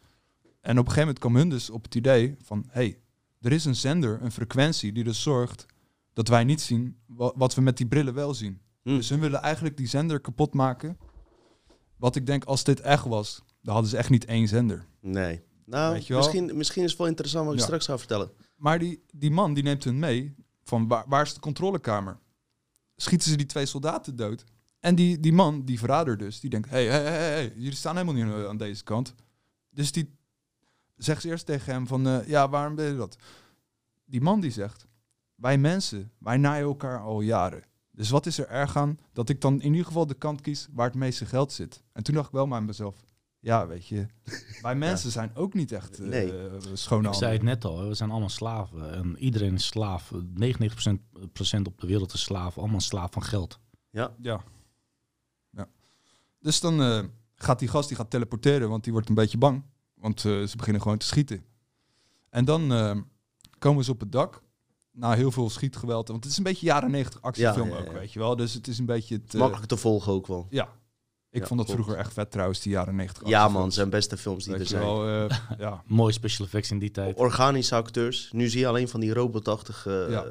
En op een gegeven moment kwam hun dus op het idee van... hey, er is een zender, een frequentie die dus zorgt dat wij niet zien wat, wat we met die brillen wel zien. Mm. Dus hun willen eigenlijk die zender kapot maken. Wat ik denk, als dit echt was, dan hadden ze echt niet één zender. Nee. Nou, misschien, misschien is het wel interessant wat ik ja. straks ga vertellen. Maar die, die man, die neemt hun mee van waar, waar is de controlekamer? Schieten ze die twee soldaten dood. En die, die man, die verrader dus, die denkt... Hé, hey, hey, hey, hey, jullie staan helemaal niet aan deze kant. Dus die zegt ze eerst tegen hem van... Uh, ja, waarom ben je dat? Die man die zegt... Wij mensen, wij naaien elkaar al jaren. Dus wat is er erg aan dat ik dan in ieder geval de kant kies waar het meeste geld zit? En toen dacht ik wel maar aan mezelf... Ja, weet je, wij mensen ja. zijn ook niet echt uh, nee. schone Ik zei het net al, we zijn allemaal slaven. En iedereen is slaaf. negenennegentig procent op de wereld is slaaf. Allemaal slaaf van geld. Ja. Ja. ja. Dus dan uh, gaat die gast die gaat teleporteren, want die wordt een beetje bang. Want uh, ze beginnen gewoon te schieten. En dan uh, komen ze op het dak. Na heel veel schietgeweld. Want het is een beetje jaren negentig actiefilm ja, ja, ja. ook, weet je wel. Dus het is een beetje... Het, uh, makkelijk te volgen ook wel. Ja. Ik ja, vond dat klopt. Vroeger echt vet trouwens, die jaren negentig. Ja man, zijn beste films die weet er zijn. Wel, uh, ja. Mooie special effects in die tijd. Organische acteurs. Nu zie je alleen van die robotachtige uh, ja.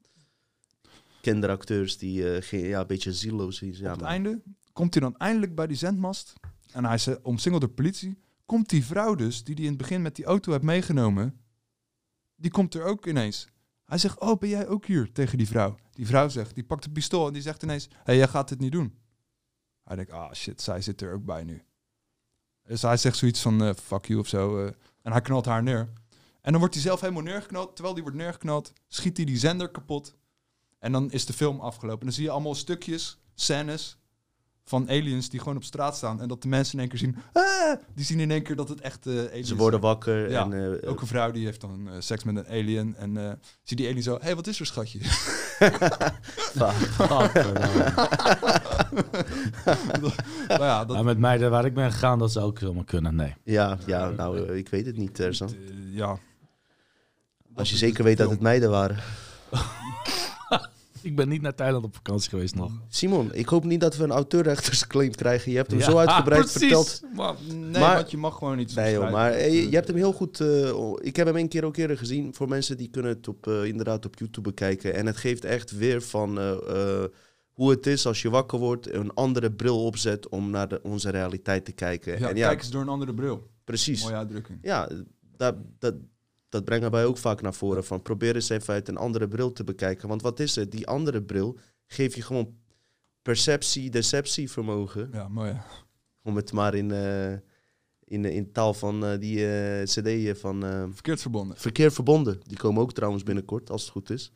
kinderacteurs die uh, geen, ja, een beetje zieloos zijn. Ja, Op het einde komt hij dan eindelijk bij die zendmast. En hij is uh, omsingeld door politie. Komt die vrouw dus, die hij in het begin met die auto heeft meegenomen. Die komt er ook ineens. Hij zegt, oh ben jij ook hier? Tegen die vrouw. Die vrouw zegt, die pakt een pistool en die zegt ineens... Hé, hey, jij gaat dit niet doen. Hij denkt, ah shit, zij zit er ook bij nu. Dus hij zegt zoiets van, uh, fuck you of zo. Uh, en hij knalt haar neer. En dan wordt hij zelf helemaal neergeknald. Terwijl die wordt neergeknald, schiet hij die zender kapot. En dan is de film afgelopen. En dan zie je allemaal stukjes, scènes van aliens die gewoon op straat staan. En dat de mensen in één keer zien, ah! Die zien in één keer dat het echt uh, aliens Ze worden zijn. wakker. Ja, en, uh, ook een vrouw die heeft dan uh, seks met een alien. En uh, zie die alien zo, hé, hey, wat is er, schatje? nou ja, dat... nou, met meiden waar ik ben gegaan, dat zou ook helemaal kunnen, nee. Ja, ja nou, uh, ik weet het niet, Terzan. Uh, ja. Als je zeker weet dat het meiden waren. Ik ben niet naar Thailand op vakantie geweest nog. Simon, ik hoop niet dat we een auteursrechtersclaim krijgen. Je hebt hem ja, zo uitgebreid verteld. Maar, nee, maar, want je mag gewoon niet. Nee, joh, maar je, je hebt hem heel goed... Uh, ik heb hem een keer ook eerder gezien. Voor mensen die kunnen het op, uh, inderdaad op YouTube bekijken. En het geeft echt weer van uh, uh, hoe het is als je wakker wordt, een andere bril opzet om naar de, onze realiteit te kijken. Ja, en ja, kijk eens door een andere bril. Precies. Mooie uitdrukking. Ja, dat... dat Dat brengen wij ook vaak naar voren. Van probeer eens even uit een andere bril te bekijken. Want wat is het? Die andere bril geeft je gewoon perceptie, deceptievermogen. Ja, mooi. Ja. Om het maar in, uh, in, in taal van uh, die uh, cd van... Uh, Verkeerd verbonden. Verkeerd verbonden. Die komen ook trouwens binnenkort, als het goed is.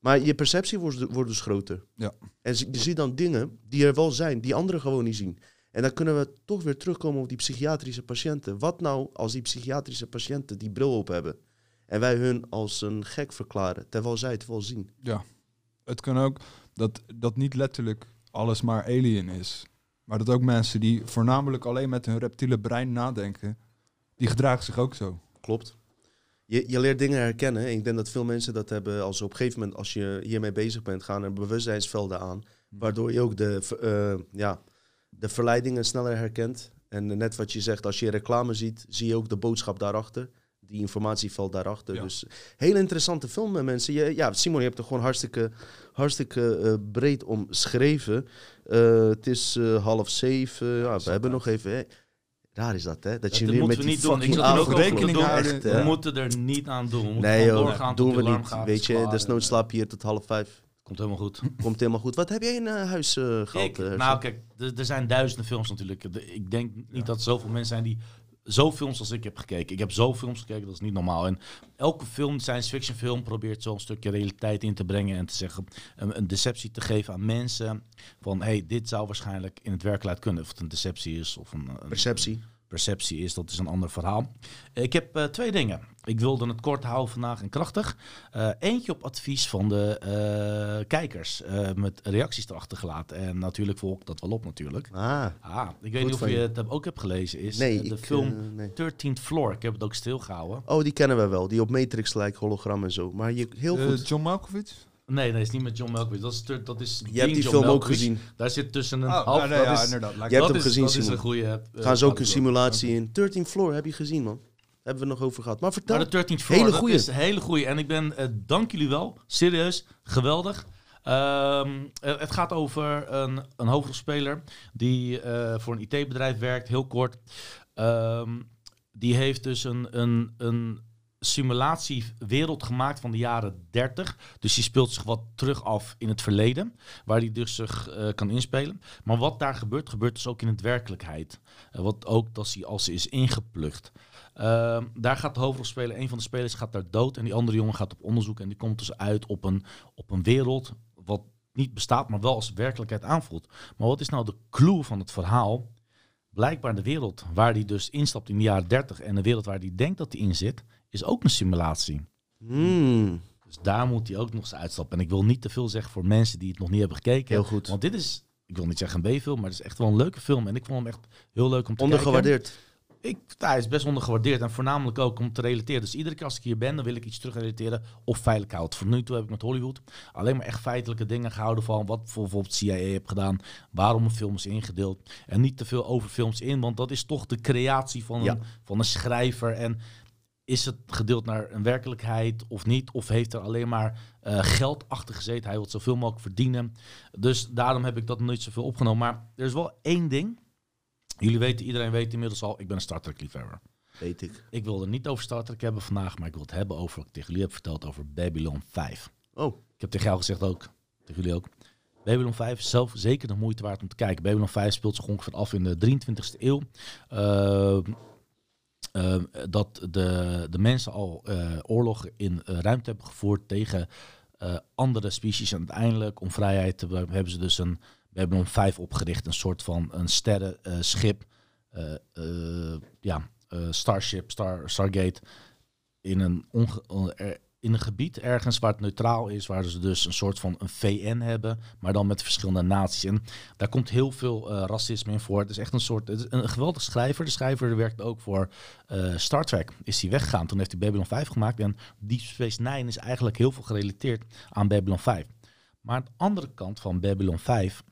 Maar je perceptie wordt, wordt dus groter. Ja. En je ziet dan dingen die er wel zijn, die anderen gewoon niet zien. En dan kunnen we toch weer terugkomen op die psychiatrische patiënten. Wat nou als die psychiatrische patiënten die bril op hebben en wij hun als een gek verklaren, terwijl zij het wel zien? Ja, het kan ook dat, dat niet letterlijk alles maar alien is. Maar dat ook mensen die voornamelijk alleen met hun reptiele brein nadenken, die gedragen zich ook zo. Klopt. Je, je leert dingen herkennen. En ik denk dat veel mensen dat hebben als op een gegeven moment, als je hiermee bezig bent, gaan er bewustzijnsvelden aan. Waardoor je ook de, uh, ja, de verleidingen sneller herkent. En net wat je zegt, als je reclame ziet, zie je ook de boodschap daarachter. Die informatieveld daarachter. Ja. Dus hele interessante film, mensen. Je, ja, Simon, je hebt er gewoon hartstikke, hartstikke uh, breed omschreven. Uh, het is uh, half zeven. Ja, we hebben nog even... Hè. Raar is dat, hè? Dat, dat je nu met die fucking rekening houden. We moeten er niet aan doen. We moeten nee, joh, doorgaan doen we niet. Gaat, weet je, desnoods slaap je hier tot half vijf. Komt helemaal goed. Komt helemaal goed. Wat heb jij in uh, huis uh, gehad? Ik, uh, nou, kijk, er zijn duizenden films natuurlijk. Ik denk niet ja. dat er zoveel mensen zijn die zo films als ik heb gekeken. Ik heb zo films gekeken, dat is niet normaal. En elke film, science fiction film, probeert zo'n stukje realiteit in te brengen en te zeggen, een, een deceptie te geven aan mensen van, hey, dit zou waarschijnlijk in het werkelijkheid kunnen. Of het een deceptie is of een... een perceptie. Perceptie is, dat is een ander verhaal. Ik heb uh, twee dingen. Ik wilde het kort houden vandaag en krachtig. Uh, eentje op advies van de uh, kijkers. Uh, met reacties erachter gelaten. En natuurlijk volg ik dat wel op natuurlijk. Ah, ah ik weet niet of je het ook hebt gelezen. Is nee, de ik, film uh, nee. dertiende Floor. Ik heb het ook stilgehouden. Oh, die kennen we wel. Die op Matrix lijkt, hologram en zo. Maar je, heel uh, goed. John Malkovich? Nee, nee, is niet met John Malkovich. Dat is, dat is je hebt die John film Malkovich. ook gezien. Daar zit tussen een oh, half... Nou, nee, dat ja, is, inderdaad. Je hebt dat hem is, gezien, dat Simon. Is een goede, uh, Gaan ze ook een simulatie okay. in. dertiende Floor heb je gezien, man. Hebben we nog over gehad. Maar vertel. Maar de dertiende Floor, hele dat goeie. is een hele goeie. En ik ben, uh, dank jullie wel. Serieus, geweldig. Um, uh, het gaat over een, een hoofdrolspeler die uh, voor een I T-bedrijf werkt, heel kort. Um, die heeft dus een... een, een simulatiewereld gemaakt van de jaren dertig. Dus die speelt zich wat terug af in het verleden, waar hij dus zich uh, kan inspelen. Maar wat daar gebeurt, gebeurt dus ook in het werkelijkheid. Uh, wat ook als hij als hij is ingeplucht. Uh, daar gaat de hoofdrolspeler, een van de spelers gaat daar dood en die andere jongen gaat op onderzoek en die komt dus uit op een, op een wereld wat niet bestaat, maar wel als werkelijkheid aanvoelt. Maar wat is nou de clue van het verhaal? Blijkbaar de wereld waar hij dus instapt in de jaren dertig en de wereld waar hij denkt dat hij in zit, is ook een simulatie. Hmm. Dus daar moet hij ook nog eens uitstappen. En ik wil niet te veel zeggen voor mensen die het nog niet hebben gekeken. Heel goed. Want dit is, ik wil niet zeggen een B-film, maar het is echt wel een leuke film. En ik vond hem echt heel leuk om te Ondergewaardeerd. kijken. Ik, hij is best ondergewaardeerd en voornamelijk ook om te relateren. Dus iedere keer als ik hier ben, dan wil ik iets terug relateren of feitelijk houden. Voor nu toe heb ik met Hollywood alleen maar echt feitelijke dingen gehouden van wat bijvoorbeeld C I A heeft gedaan, waarom een film is ingedeeld. En niet te veel over films in, want dat is toch de creatie van, ja. een, van een schrijver. En is het gedeeld naar een werkelijkheid of niet? Of heeft er alleen maar uh, geld achter gezeten? Hij wil zoveel mogelijk verdienen. Dus daarom heb ik dat nooit zoveel opgenomen. Maar er is wel één ding. Jullie weten, iedereen weet inmiddels al, ik ben een Star Trek liefhebber. Weet ik. Ik wil het niet over Star Trek hebben vandaag, maar ik wil het hebben over wat ik tegen jullie heb verteld over Babylon vijf. Oh. Ik heb tegen jou gezegd ook, tegen jullie ook. Babylon vijf is zelf zeker de moeite waard om te kijken. Babylon vijf speelt zich ongeveer af in de drieëntwintigste eeuw. Uh, uh, dat de, de mensen al uh, oorlogen in uh, ruimte hebben gevoerd tegen uh, andere species. En uiteindelijk, om vrijheid te hebben, hebben ze dus een Babylon vijf opgericht. Een soort van een sterrenschip. Uh, uh, ja, uh, Starship, Star, Stargate. In een, onge, uh, in een gebied ergens waar het neutraal is. Waar ze dus een soort van een V N hebben. Maar dan met verschillende naties. En daar komt heel veel uh, racisme in voor. Het is echt een soort... Het is een geweldig schrijver. De schrijver werkt ook voor uh, Star Trek. Is hij weggegaan. Toen heeft hij Babylon vijf gemaakt. En Deep Space Nine is eigenlijk heel veel gerelateerd aan Babylon vijf. Maar aan de andere kant van Babylon vijf...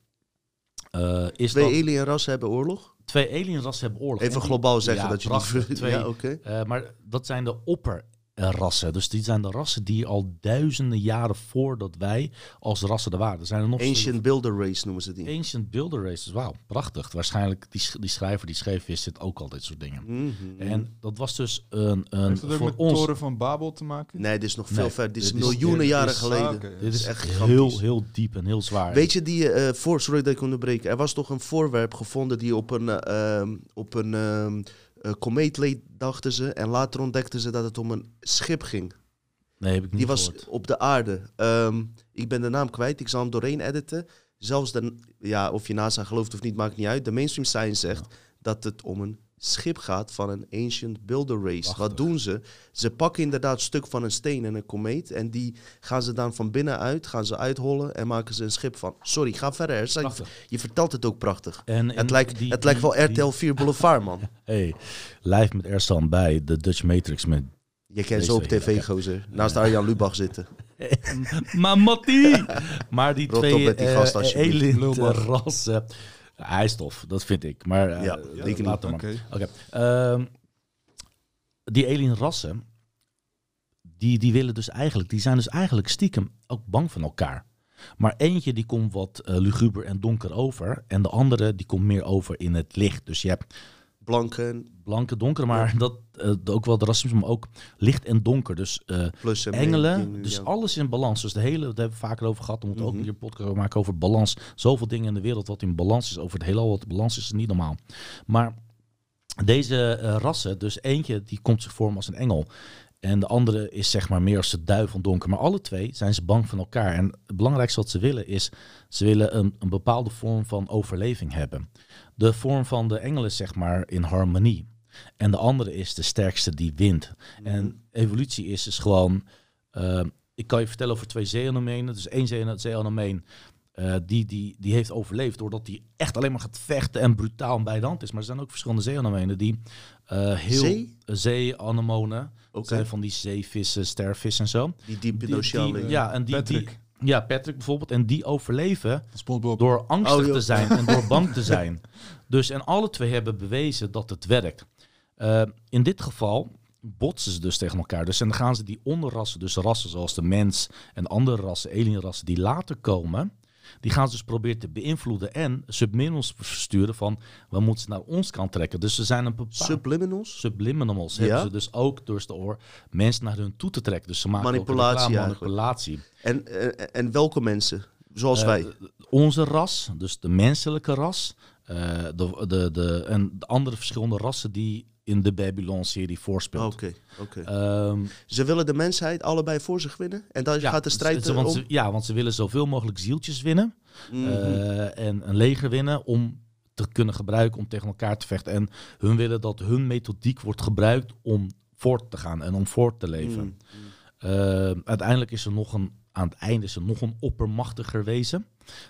Uh, is Twee dat alienrassen hebben oorlog? Twee alienrassen hebben oorlog. Even globaal zeggen ja, dat je prachtig, niet... twee, ja, oké. okay. uh, maar dat zijn de opperrassen. Dus die zijn de rassen die al duizenden jaren voordat wij als rassen er waren. Er zijn er nog Ancient zo... Builder Race noemen ze die. Ancient Builder Races, wauw, prachtig. Waarschijnlijk die, sch- die schrijver die schreef is dit ook al dit soort dingen. Mm-hmm. En dat was dus een... een Heeft dat ook voor met ons... Toren van Babel te maken? Nee, dit is nog veel Nee, verder. Dit is dit is- miljoenen dit jaren is- geleden. Ah, okay. Dit is echt echt gigantisch. heel, heel diep en heel zwaar. Weet je, die, uh, voor, sorry dat ik onderbreek. Er was toch een voorwerp gevonden die op een, uh, op een uh, uh, komeet leed, dachten ze. En later ontdekten ze dat het om een schip ging. Nee, heb ik niet Die was gehoord. op de aarde. Um, ik ben de naam kwijt. Ik zal hem doorheen editen. Zelfs de, ja, of je NASA gelooft of niet, maakt niet uit. De mainstream science zegt ja. dat het om een schip gaat van een ancient builder race. Prachtig. Wat doen ze? Ze pakken inderdaad een stuk van een steen en een komeet. En die gaan ze dan van binnenuit, gaan ze uithollen en maken ze een schip van. Sorry, ga verder. Je, je vertelt het ook prachtig. En het lijkt, die, het lijkt wel die, R T L vier Boulevard, man. Hey, live met Ersan bij de Dutch Matrix met... Je kent zo op tv, gozer. Naast ja. Arjan Lubach zitten. maar Mattie! Maar die Rot twee die gast, uh, elite-rassen... Hij is tof, dat vind ik. Maar uh, ja, ja, ik laat niet. maar. Okay. Okay. Uh, die alien-rassen, die, die willen dus eigenlijk, die zijn dus eigenlijk stiekem ook bang van elkaar. Maar eentje die komt wat uh, luguber en donker over, en de andere die komt meer over in het licht. Dus je hebt blanke, blanke, donker, maar ja. dat uh, ook wel de racisme, maar ook licht en donker. Dus uh, Plus en engelen, die, dus ja. alles in balans. Dus de hele, daar hebben we vaker over gehad. We moeten mm-hmm. ook een keer podcast maken over balans. Zoveel dingen in de wereld wat in balans is. Over het heelal wat balans is, is niet normaal. Maar deze uh, rassen, dus eentje die komt zich vormen als een engel. En de andere is zeg maar meer als de duivel donker. Maar alle twee zijn ze bang van elkaar. En het belangrijkste wat ze willen is, ze willen een, een bepaalde vorm van overleving hebben. De vorm van de engelen is zeg maar in harmonie. En de andere is de sterkste die wint. Mm-hmm. En evolutie is dus gewoon... Uh, ik kan je vertellen over twee zeeanemenen. Dus één zeeanemeen uh, die, die, die heeft overleefd doordat hij echt alleen maar gaat vechten en brutaal en bij de hand is. Maar er zijn ook verschillende zeeanemenen die uh, heel... Zee? Zeeanemonen. Okay. Zijn van die zeevissen, stervissen en zo. Die diep in de oceaan. Ja, en die... Patrick. die Ja, Patrick bijvoorbeeld. En die overleven door angstig oh, te zijn en door bang te zijn. Dus en alle twee hebben bewezen dat het werkt. Uh, in dit geval botsen ze dus tegen elkaar. Dus en dan gaan ze die onderrassen, dus rassen zoals de mens en andere rassen, alienrassen, die later komen, die gaan ze dus proberen te beïnvloeden en subliminals versturen van, we moeten ze naar ons kant trekken. Dus ze zijn een bepaald... Subliminals? Subliminals Ja? hebben ze dus ook door de oor mensen naar hun toe te trekken. Dus ze maken manipulatie, ook manipulatie. En, en, en welke mensen? Zoals uh, wij? Onze ras, dus de menselijke ras. Uh, de, de, de, en de andere verschillende rassen die in de Babylon-serie voorspeelt. Oké, okay, okay. um, Ze willen de mensheid allebei voor zich winnen? En daar ja, gaat de strijd ze, om? Want ze, ja, want ze willen zoveel mogelijk zieltjes winnen. Mm-hmm. Uh, en een leger winnen om te kunnen gebruiken om tegen elkaar te vechten. En hun willen dat hun methodiek wordt gebruikt om voort te gaan en om voort te leven. Mm-hmm. Uh, uiteindelijk is er nog een, aan het einde is er nog een oppermachtiger wezen.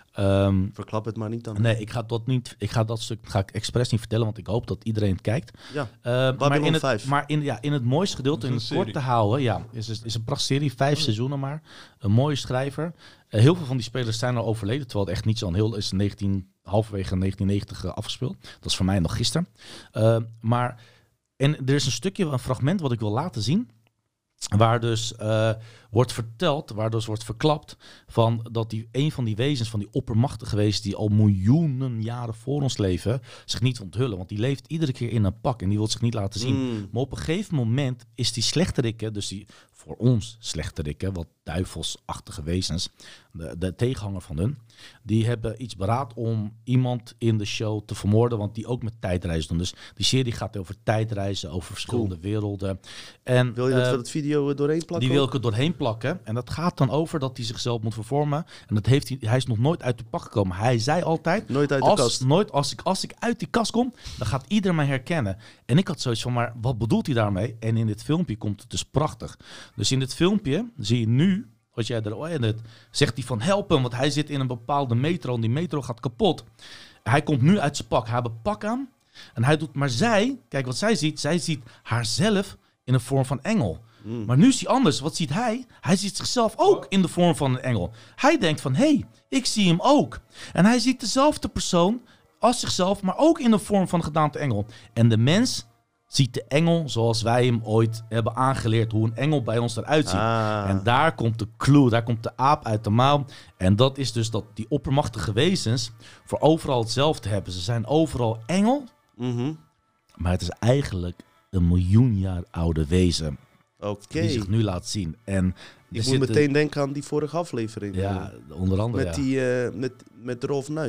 Um, Verklap het maar niet dan. Nee, ik ga dat niet. Ik ga dat stuk ga ik expres niet vertellen, want ik hoop dat iedereen het kijkt. Ja. Uh, maar in het, maar in, ja, in het mooiste gedeelte, in het kort te houden, ja, is, is, is een prachtige vijf oh. seizoenen maar. Een mooie schrijver. Uh, heel veel van die spelers zijn al overleden, terwijl het echt niet zo'n heel is. negentien halverwege negentien negentig uh, afgespeeld. Dat is voor mij nog gisteren. Uh, maar en er is een stukje, een fragment wat ik wil laten zien. Waar dus uh, wordt verteld, waar dus wordt verklapt van dat die een van die wezens, van die oppermachtige wezens die al miljoenen jaren voor ons leven, zich niet onthullen. Want die leeft iedere keer in een pak en die wil zich niet laten zien. Mm. Maar op een gegeven moment is die slechterikken, dus die voor ons slechterikken, wat duivelsachtige wezens, de, de tegenhanger van hun, die hebben iets beraad om iemand in de show te vermoorden, want die ook met tijdreizen doen. Dus die serie gaat over tijdreizen, over verschillende cool. werelden. En, wil je dat uh, we het video doorheen plakken? Die wil ik er doorheen plakken. En dat gaat dan over dat hij zichzelf moet vervormen. En dat heeft hij, hij is nog nooit uit de pak gekomen. Hij zei altijd, nooit uit de als, kast. Nooit, als, ik, als ik uit die kast kom, dan gaat iedereen mij herkennen. En ik had zoiets van, maar wat bedoelt hij daarmee? En in dit filmpje komt het dus prachtig. Dus in dit filmpje zie je nu, als jij er in het, zegt hij van help hem, want hij zit in een bepaalde metro en die metro gaat kapot. Hij komt nu uit zijn pak, hij heeft een pak aan en hij doet, maar zij, kijk wat zij ziet, zij ziet haarzelf in een vorm van engel. Mm. Maar nu is hij anders. Wat ziet hij? Hij ziet zichzelf ook in de vorm van een engel. Hij denkt van, hé, hey, ik zie hem ook. En hij ziet dezelfde persoon als zichzelf, maar ook in de vorm van een gedaante engel. En de mens ziet de engel zoals wij hem ooit hebben aangeleerd, hoe een engel bij ons eruit ziet. Ah. En daar komt de clue, daar komt de aap uit de mouw. En dat is dus dat die oppermachtige wezens voor overal hetzelfde hebben. Ze zijn overal engel, mm-hmm. maar het is eigenlijk een miljoen jaar oude wezen. Okay. Die zich nu laat zien. En ik moet meteen een... denken aan die vorige aflevering. Ja, onder andere. Met, ja. die, uh, met, met Rolf Nuits.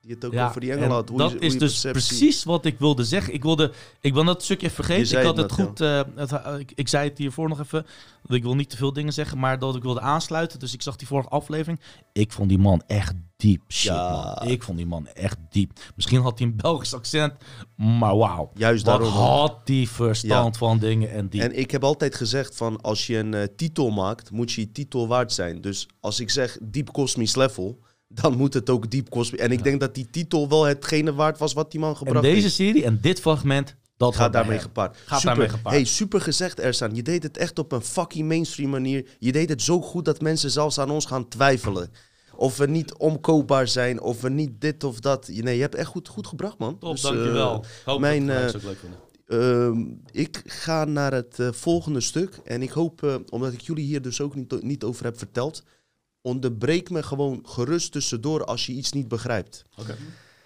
Die het ook Ja, over die engel en had. Hoe dat je, hoe is je dus perceptie- precies wat ik wilde zeggen. Ik wilde, ik wil dat stukje even Je vergeten. zei Ik had het het net, goed. eh, het, eh, ik, ik zei het hiervoor nog even. Dat ik wil niet te veel dingen zeggen, maar dat ik wilde aansluiten. Dus ik zag die vorige aflevering. Ik vond die man echt diep shit, Ja. man. Ik vond die man echt diep. Misschien had hij een Belgisch accent, maar wauw. Juist Wat daarom. had die verstand Ja. van dingen en die. En ik heb altijd gezegd van als je een eh, titel maakt, moet je je titel waard zijn. Dus als ik zeg Deep Cosmic Level, dan moet het ook Deep Cosmic. En ik Ja. denk dat die titel wel hetgene waard was wat die man en gebracht deze heeft. serie en dit fragment, dat Gaat gaat daarmee gepaard. Gaat super. daarmee gepaard. Hey, super gezegd, Ersan. Je deed het echt op een fucking mainstream manier. Je deed het zo goed dat mensen zelfs aan ons gaan twijfelen. Of we niet omkoopbaar zijn, of we niet dit of dat. Nee, je hebt echt goed, goed gebracht, man. Top, Dus, dankjewel. eh, Ik hoop mijn, dat de eh, mensen het ook leuk vinden. Ehm, ik ga naar het eh, volgende stuk. En ik hoop, eh, omdat ik jullie hier dus ook niet, niet over heb verteld, onderbreek me gewoon gerust tussendoor als je iets niet begrijpt. Oké.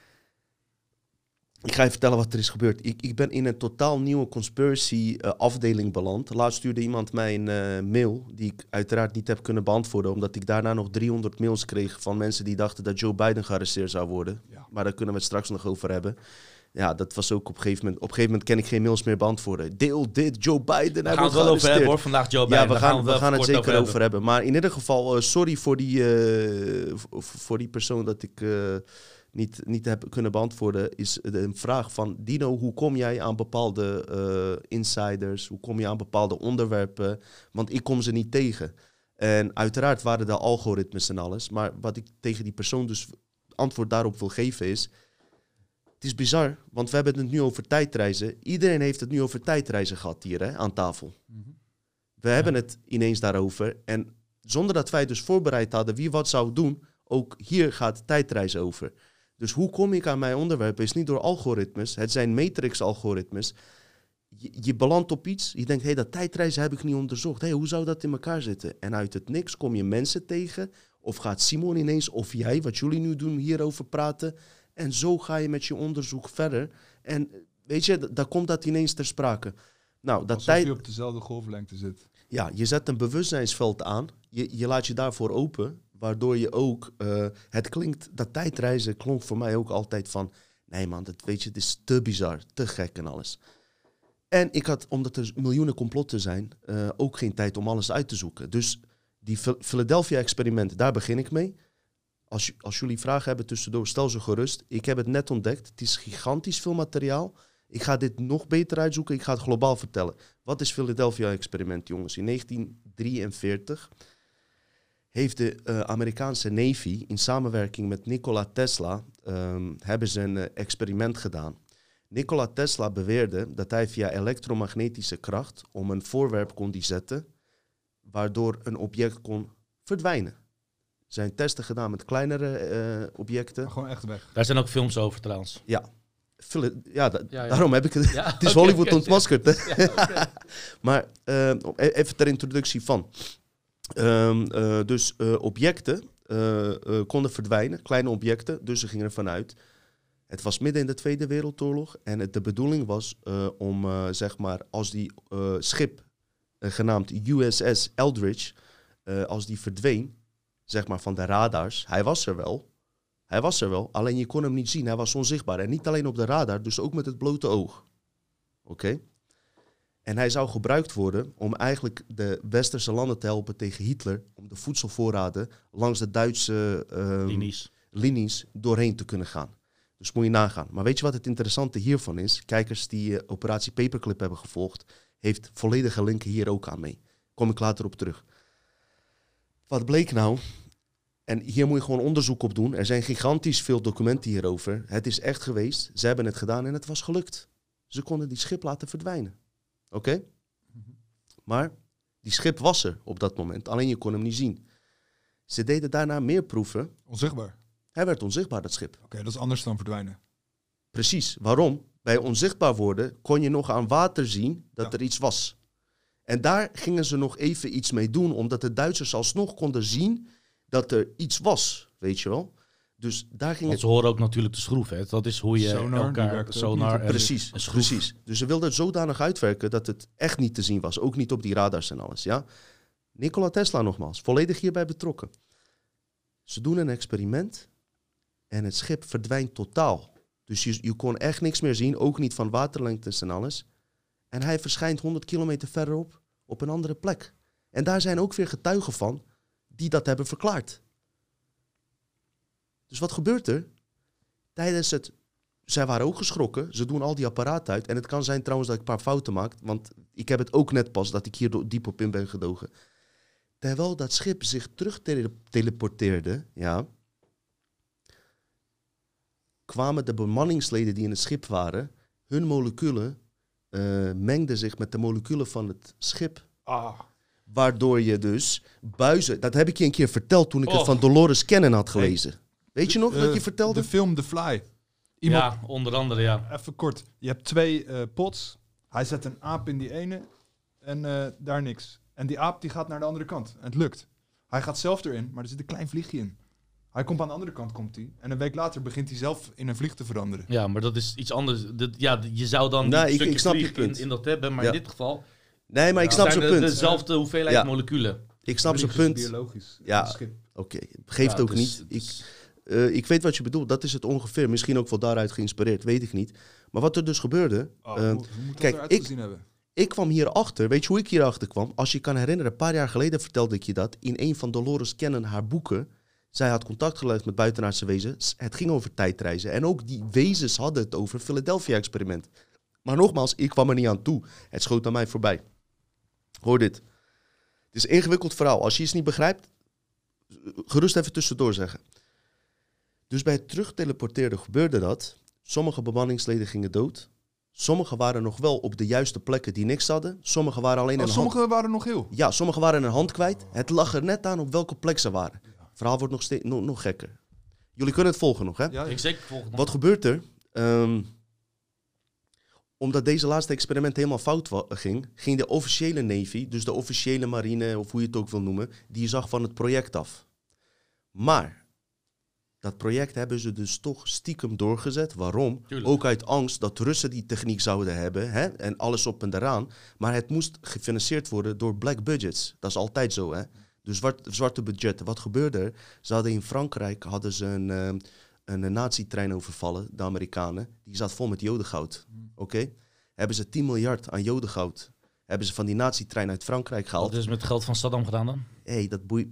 Ik ga je vertellen wat er is gebeurd. Ik, ik ben in een totaal nieuwe conspiracy eh, afdeling beland. Laatst stuurde iemand mij een eh, mail die ik uiteraard niet heb kunnen beantwoorden, omdat ik daarna nog driehonderd mails kreeg van mensen die dachten dat Joe Biden gearresteerd zou worden. Ja. Maar daar kunnen we het straks nog over hebben. Ja, dat was ook op een gegeven moment. Op een gegeven moment kan ik geen mails meer beantwoorden. Deel dit, Joe Biden. We gaan het wel over hebben hoor, vandaag Joe Biden. Ja, we Daar gaan, we wel gaan het kort zeker over hebben. hebben. Maar in ieder geval, eh, sorry voor die, eh, v- voor die persoon dat ik eh, niet, niet heb kunnen beantwoorden. Is de- een vraag van, Dino, hoe kom jij aan bepaalde eh, insiders? Hoe kom je aan bepaalde onderwerpen? Want ik kom ze niet tegen. En uiteraard waren er algoritmes en alles. Maar wat ik tegen die persoon dus antwoord daarop wil geven is, het is bizar, want we hebben het nu over tijdreizen. Iedereen heeft het nu over tijdreizen gehad hier hè, aan tafel. We hebben het ineens daarover. En zonder dat wij dus voorbereid hadden wie wat zou doen, ook hier gaat tijdreizen over. Dus hoe kom ik aan mijn onderwerpen is niet door algoritmes. Het zijn matrix-algoritmes. Je, je belandt op iets. Je denkt, hé, hey, dat tijdreizen heb ik niet onderzocht. Hé, hey, hoe zou dat in elkaar zitten? En uit het niks kom je mensen tegen. Of gaat Simon ineens, of jij, wat jullie nu doen, hierover praten. En zo ga je met je onderzoek verder. En weet je, d- daar komt dat ineens ter sprake. Nou, dat Alsof tijd... je op dezelfde golflengte zit. Ja, je zet een bewustzijnsveld aan. Je, je laat je daarvoor open. Waardoor je ook... eh, het klinkt... Dat tijdreizen klonk voor mij ook altijd van... Nee man, dat, weet je, het is te bizar. Te gek en alles. En ik had, omdat er miljoenen complotten zijn... eh, ook geen tijd om alles uit te zoeken. Dus die Phil- Philadelphia-experiment, daar begin ik mee. Als, j- als jullie vragen hebben tussendoor, stel ze gerust. Ik heb het net ontdekt. Het is gigantisch veel materiaal. Ik ga dit nog beter uitzoeken. Ik ga het globaal vertellen. Wat is Philadelphia-experiment, jongens? In negentien drieënveertig heeft de eh, Amerikaanse Navy in samenwerking met Nikola Tesla ehm, hebben ze een eh, experiment gedaan. Nikola Tesla beweerde dat hij via elektromagnetische kracht om een voorwerp kon die zetten, waardoor een object kon verdwijnen. Er zijn testen gedaan met kleinere eh, objecten. Maar gewoon echt weg. Daar zijn ook films over trouwens. Ja, Phila- ja, da- Ja, ja. daarom heb ik het. Ja, Het is oké, Hollywood oké, ontmaskerd. Hè? Maar eh, e- even ter introductie van. Ehm, eh, dus eh, objecten eh, eh, konden verdwijnen, kleine objecten, dus ze gingen ervan uit. Het was midden in de Tweede Wereldoorlog en het, de bedoeling was eh, om, eh, zeg maar, als die eh, schip, eh, genaamd U S S Eldridge, eh, als die verdween, zeg maar van de radars, hij was er wel, hij was er wel, alleen je kon hem niet zien, hij was onzichtbaar. En niet alleen op de radar, dus ook met het blote oog. Oké? En hij zou gebruikt worden om eigenlijk de westerse landen te helpen tegen Hitler, om de voedselvoorraden langs de Duitse ehm, Linies. linies doorheen te kunnen gaan. Dus moet je nagaan. Maar weet je wat het interessante hiervan is? Kijkers die uh, operatie Paperclip hebben gevolgd, heeft volledige linken hier ook aan mee. Kom ik later op terug. Wat bleek nou? En hier moet je gewoon onderzoek op doen. Er zijn gigantisch veel documenten hierover. Het is echt geweest. Ze hebben het gedaan en het was gelukt. Ze konden die schip laten verdwijnen. Oké? Okay? Maar die schip was er op dat moment. Alleen je kon hem niet zien. Ze deden daarna meer proeven. Onzichtbaar. Hij werd onzichtbaar, dat schip. Oké, okay, dat is anders dan verdwijnen. Precies. Waarom? Bij onzichtbaar worden kon je nog aan water zien dat ja. er iets was. En daar gingen ze nog even iets mee doen, omdat de Duitsers alsnog konden zien dat er iets was, weet je wel. Dus daar ging Want het... ze horen ook natuurlijk de schroef, hè. Dat is hoe je sonar, elkaar... Sonar en precies, en schroef. precies. Dus ze wilden het zodanig uitwerken dat het echt niet te zien was. Ook niet op die radars en alles, ja. Nikola Tesla nogmaals, volledig hierbij betrokken. Ze doen een experiment. En het schip verdwijnt totaal. Dus je, je kon echt niks meer zien, ook niet van waterlengtes en alles. En hij verschijnt honderd kilometer verderop op een andere plek. En daar zijn ook weer getuigen van die dat hebben verklaard. Dus wat gebeurt er? Tijdens het... Zij waren ook geschrokken. Ze doen al die apparaten uit. En het kan zijn trouwens dat ik een paar fouten maak. Want ik heb het ook net pas dat ik hier diep op in ben gedogen. Terwijl dat schip zich terug tele- teleporteerde, ja, kwamen de bemanningsleden die in het schip waren, hun moleculen uh, mengden zich met de moleculen van het schip. Ah. Waardoor je dus buizen... Dat heb ik je een keer verteld toen ik Oh. het van Dolores Cannon had gelezen. Weet je nog Uh, dat je vertelde? De film The Fly. Iemand, Ja, onder andere, ja. Even kort. Je hebt twee uh, pots. Hij zet een aap in die ene en uh, daar niks. En die aap die gaat naar de andere kant. En het lukt. Hij gaat zelf erin, maar er zit een klein vliegje in. Hij komt aan de andere kant, komt hij. En een week later begint hij zelf in een vlieg te veranderen. Ja, maar dat is iets anders. Dat, ja, je zou dan Nou, een ik- stukje ik snap je vlieg in, punt. in dat hebben, maar Ja. in dit geval Nee, maar ik Ja. snap zijn zijn de- punt. dezelfde hoeveelheid Ja. moleculen. Ik snap zijn Vliegen is punt. biologisch. Ja. Een schip. Oké, geeft Ja, ook dus- niet. Ik, dus- uh, ik weet wat je bedoelt. Dat is het ongeveer. Misschien ook wel daaruit geïnspireerd. Weet ik niet. Maar wat er dus gebeurde... Oh, uh, hoe, hoe moet kijk, dat eruit ik- gezien hebben? Ik kwam hierachter. Weet je hoe ik hierachter kwam? Als je kan herinneren, een paar jaar geleden vertelde ik je dat. In een van Dolores Cannon haar boeken. Zij had contact gelegd met buitenaardse wezens. Het ging over tijdreizen. En ook die wezens hadden het over het Philadelphia-experiment. Maar nogmaals, ik kwam er niet aan toe. Het schoot aan mij voorbij. Hoor dit. Het is een ingewikkeld verhaal. Als je iets niet begrijpt, gerust even tussendoor zeggen. Dus bij het terugteleporteren gebeurde dat. Sommige bemanningsleden gingen dood. Sommigen waren nog wel op de juiste plekken die niks hadden. Sommigen waren alleen Oh, een sommigen hand... waren nog heel. Ja, sommigen waren een hand kwijt. Het lag er net aan op welke plek ze waren. Het verhaal wordt nog, steeds, nog, nog gekker. Jullie kunnen het volgen nog, hè? Ja, Ik zeker volgende. Wat gebeurt er? Um, omdat deze laatste experiment helemaal fout wa- ging, ging de officiële Navy, dus de officiële marine, of hoe je het ook wil noemen, die zag van het project af. Maar dat project hebben ze dus toch stiekem doorgezet. Waarom? Tuurlijk. Ook uit angst dat Russen die techniek zouden hebben, hè? En alles op en eraan. Maar het moest gefinancierd worden door black budgets. Dat is altijd zo, hè? Dus zwart, zwarte budgetten. Wat gebeurde er? Ze hadden in Frankrijk hadden ze een, um, een nazi-trein overvallen, de Amerikanen. Die zat vol met jodengoud. Oké? Okay? Hebben ze tien miljard aan jodengoud. Hebben ze van die nazi-trein uit Frankrijk gehaald. Wat is met het geld van Saddam gedaan dan? Hé, hey, dat boeit...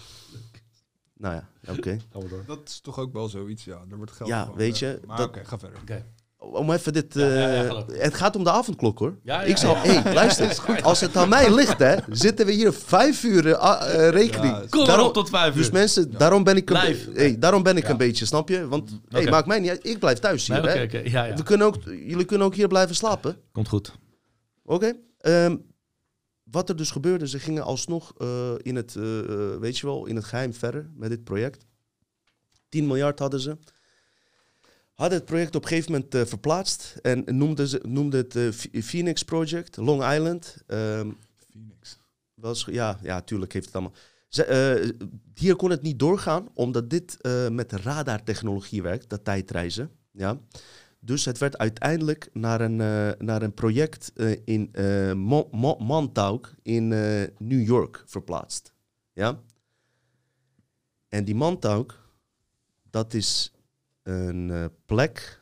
nou ja, oké. Okay. Gaan we door. dat is toch ook wel zoiets, ja. Er wordt geld Ja, van, weet eh, je, Maar dat- oké, ga verder. Oké. Om even dit... Ja, ja, ja, uh, ga door. het gaat om de avondklok, hoor. Ja, ja, Ik zal... ja. Hé, hey, luister. Als het aan mij ligt, hè, zitten we hier vijf uur uh, uh, rekening. Ja, Kom Daarom- erop tot vijf uur. Dus mensen, daarom ben ik een, Live. be- hey, daarom ben ik Ja. een beetje, snap je? Want hey, Oké. maakt mij niet uit. Ik blijf thuis hier, Nee, hè. oké, oké. Ja, ja. We kunnen ook, jullie kunnen ook hier blijven slapen. Komt goed. Oké. Okay. Um, wat er dus gebeurde, ze gingen alsnog uh, in het, uh, uh, weet je wel, in het geheim verder met dit project. tien miljard hadden ze. Hadden het project op een gegeven moment uh, verplaatst en noemden, ze, noemden het uh, Phoenix Project, Long Island. Um, Phoenix. wel eens, ja, ja, tuurlijk heeft het allemaal. Ze, uh, hier kon het niet doorgaan, omdat dit uh, met radartechnologie werkt, dat tijdreizen. Ja. Dus het werd uiteindelijk naar een, uh, naar een project uh, in uh, Mo- Mo- Montauk in uh, New York verplaatst. Ja? En die Montauk, dat is een uh, plek,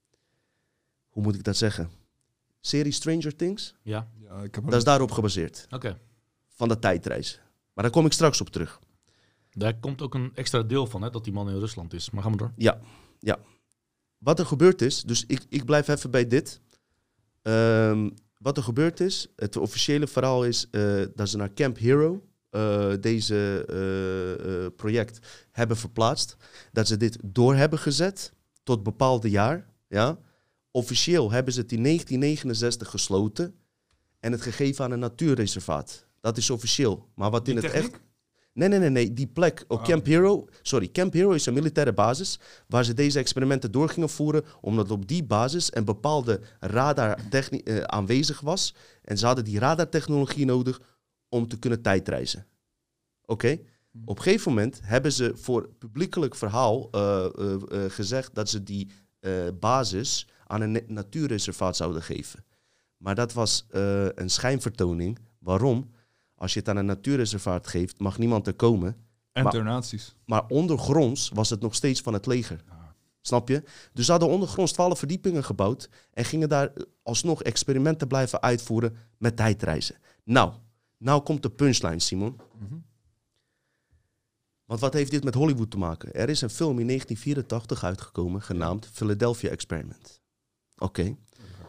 hoe moet ik dat zeggen? Serie Stranger Things, Ja, Ja, ik heb dat is daarop gebaseerd, oké. van de tijdreis. Maar daar kom ik straks op terug. Daar komt ook een extra deel van, hè, dat die man in Rusland is. Maar gaan we door. Ja, ja. Wat er gebeurd is, dus ik, ik blijf even bij dit. Um, wat er gebeurd is, het officiële verhaal is uh, dat ze naar Camp Hero, uh, deze uh, uh, project, hebben verplaatst. Dat ze dit door hebben gezet tot bepaalde jaar. Ja. Officieel hebben ze het in negentien negenenzestig gesloten en het gegeven aan een natuurreservaat. Dat is officieel. Maar wat Die in het techniek? echt... Nee, nee, nee, nee. Die plek op Ah. Camp Hero... Sorry, Camp Hero is een militaire basis waar ze deze experimenten door gingen voeren, omdat op die basis een bepaalde radartechnie uh, aanwezig was. En ze hadden die radartechnologie nodig om te kunnen tijdreizen. Oké? Okay? Op een gegeven moment hebben ze voor publiekelijk verhaal uh, uh, uh, gezegd dat ze die uh, basis aan een natuurreservaat zouden geven. Maar dat was uh, een schijnvertoning. Waarom? Als je het aan een natuurreservaat geeft, mag niemand er komen. En Maar- donaties. Maar ondergronds was het nog steeds van het leger. Ah. Snap je? Dus ze hadden ondergronds twaalf verdiepingen gebouwd en gingen daar alsnog experimenten blijven uitvoeren met tijdreizen. Nou, nou komt de punchline, Simon. Mm-hmm. Want wat heeft dit met Hollywood te maken? Er is een film in negentien vierentachtig uitgekomen genaamd Philadelphia Experiment. Oké. Okay.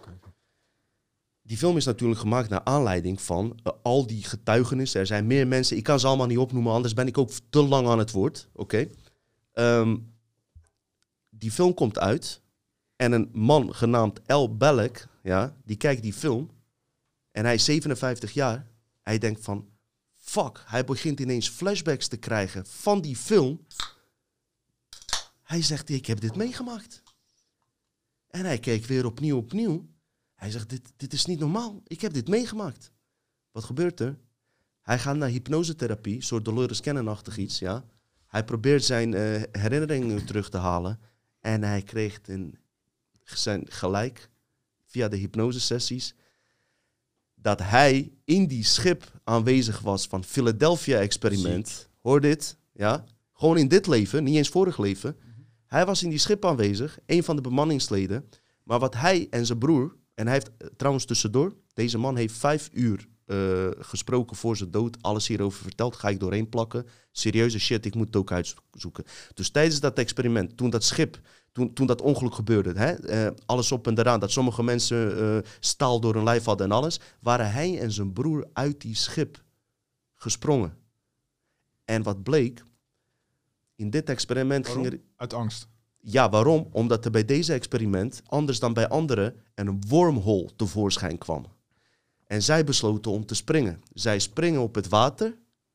Die film is natuurlijk gemaakt naar aanleiding van uh, al die getuigenissen. Er zijn meer mensen, ik kan ze allemaal niet opnoemen, anders ben ik ook te lang aan het woord. Oké. Okay. Um, die film komt uit en een man genaamd Al Belek, ja, die kijkt die film en hij is zevenenvijftig jaar. Hij denkt van, fuck, hij begint ineens flashbacks te krijgen van die film. Hij zegt, ik heb dit meegemaakt. En hij keek weer opnieuw opnieuw. Hij zegt, dit, dit is niet normaal. Ik heb dit meegemaakt. Wat gebeurt er? Hij gaat naar hypnosetherapie, een soort Dolores Cannon-achtig iets, ja. Hij probeert zijn uh, herinneringen terug te halen. En hij kreeg een, zijn gelijk, via de hypnosesessies, dat hij in die schip aanwezig was van Philadelphia Experiment. Ziek. Hoor dit, ja. Gewoon in dit leven, niet eens vorig leven. Mm-hmm. Hij was in die schip aanwezig, een van de bemanningsleden. Maar wat hij en zijn broer, en hij heeft uh, trouwens tussendoor, deze man heeft vijf uur uh, gesproken voor zijn dood, alles hierover verteld, ga ik doorheen plakken. Serieuze shit, ik moet het ook uitzoeken. Dus tijdens dat experiment, toen dat schip, toen, toen dat ongeluk gebeurde, hè, uh, alles op en eraan, dat sommige mensen uh, staal door hun lijf hadden en alles, waren hij en zijn broer uit die schip gesprongen. En wat bleek, in dit experiment Waarom? ging er... Uit angst. Ja, waarom? Omdat er bij deze experiment, anders dan bij anderen, een wormhole tevoorschijn kwam. En zij besloten om te springen. Zij springen op het water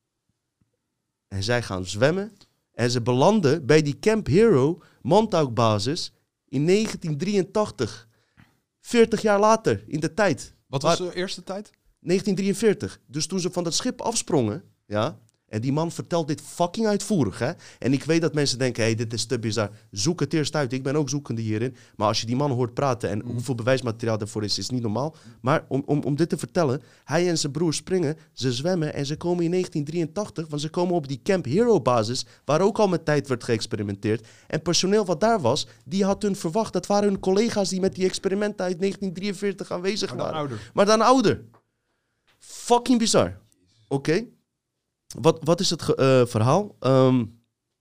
en zij gaan zwemmen. En ze belanden bij die Camp Hero Montauk-basis in negentien drieëntachtig. veertig jaar later in de tijd. Wat was de eerste tijd? negentien drieënveertig. Dus toen ze van dat schip afsprongen, ja... En die man vertelt dit fucking uitvoerig, hè. En ik weet dat mensen denken, hé, hey, dit is te bizar. Zoek het eerst uit. Ik ben ook zoekende hierin. Maar als je die man hoort praten en mm. hoeveel bewijsmateriaal daarvoor is, is niet normaal. Maar om, om, om dit te vertellen, hij en zijn broer springen, ze zwemmen en ze komen in negentien drieëntachtig, want ze komen op die Camp Hero basis, waar ook al met tijd werd geëxperimenteerd. En personeel wat daar was, die had hun verwacht. Dat waren hun collega's die met die experimenten uit negentien drieënveertig aanwezig maar dan waren. Ouder. Maar dan ouder. Fucking bizar. Oké. Okay. Wat, wat is het ge- uh, verhaal? Um,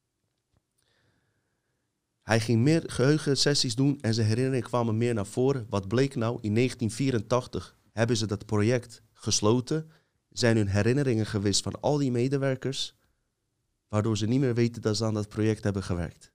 hij ging meer geheugensessies doen en zijn herinneringen kwamen meer naar voren. Wat bleek nou? In negentien vierentachtig hebben ze dat project gesloten. Zijn hun herinneringen gewist van al die medewerkers, waardoor ze niet meer weten dat ze aan dat project hebben gewerkt.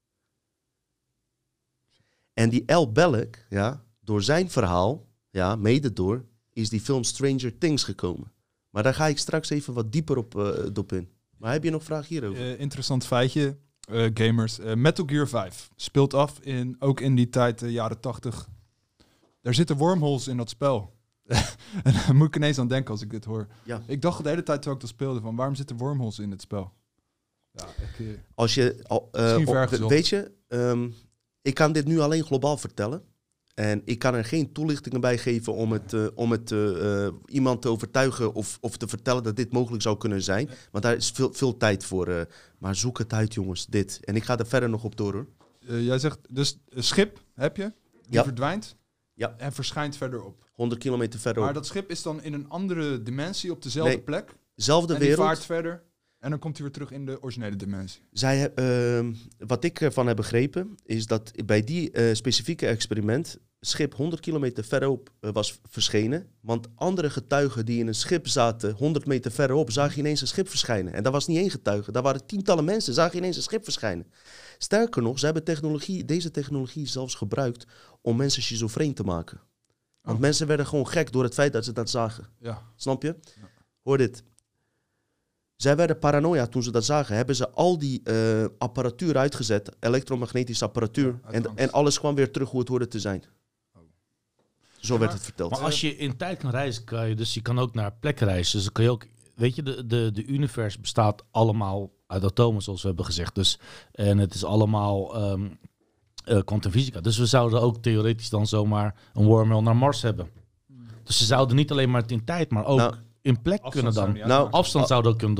En die Al Belek, ja, door zijn verhaal, ja, mede door, is die film Stranger Things gekomen. Maar daar ga ik straks even wat dieper op, uh, op in. Maar heb je nog vragen hierover? Uh, interessant feitje, uh, gamers. Uh, Metal Gear vijf speelt af in, ook in die tijd, uh, jaren tachtig. Daar zitten wormholes in dat spel. En daar moet ik ineens aan denken als ik dit hoor. Ja. Ik dacht de hele tijd toen ik dat speelde van, waarom zitten wormholes in het spel? Ja, ik, uh, Als je, uh, op, weet je, um, ik kan dit nu alleen globaal vertellen. En ik kan er geen toelichtingen bij geven om het, uh, om het uh, iemand te overtuigen of, of te vertellen dat dit mogelijk zou kunnen zijn. Want daar is veel, veel tijd voor. Uh, maar zoek het uit, jongens, dit. En ik ga er verder nog op door, hoor. Uh, jij zegt, dus een schip heb je, die ja. verdwijnt ja. en verschijnt verderop. honderd kilometer verderop. Maar dat schip is dan in een andere dimensie op dezelfde nee, plek. Zelfde en wereld. die vaart verder. En dan komt hij weer terug in de originele dimensie. Zij, uh, wat ik ervan heb begrepen, is dat bij die uh, specifieke experiment schip honderd kilometer verderop uh, was verschenen. Want andere getuigen die in een schip zaten honderd meter verderop, zagen ineens een schip verschijnen. En dat was niet één getuige, daar waren tientallen mensen, zagen ineens een schip verschijnen. Sterker nog, ze hebben technologie, deze technologie zelfs gebruikt om mensen schizofreen te maken. Want oh. mensen werden gewoon gek door het feit dat ze dat zagen. Ja. Snap je? Ja. Hoor dit. Zij werden paranoia toen ze dat zagen. Hebben ze al die uh, apparatuur uitgezet, elektromagnetische apparatuur. Ja, en, en alles kwam weer terug hoe het hoorde te zijn. Oh. Zo ja, werd het verteld. Maar als je in tijd kan reizen, kan je dus je kan ook naar plekken reizen. Dus dan kan je ook, weet je, de, de, de univers bestaat allemaal uit atomen, zoals we hebben gezegd. Dus, en het is allemaal um, uh, kwantumfysica. Dus we zouden ook theoretisch dan zomaar een wormhole naar Mars hebben. Dus ze zouden niet alleen maar in tijd, maar ook... Nou, in plek kunnen dan. Nou, afstand zouden ook kunnen doen.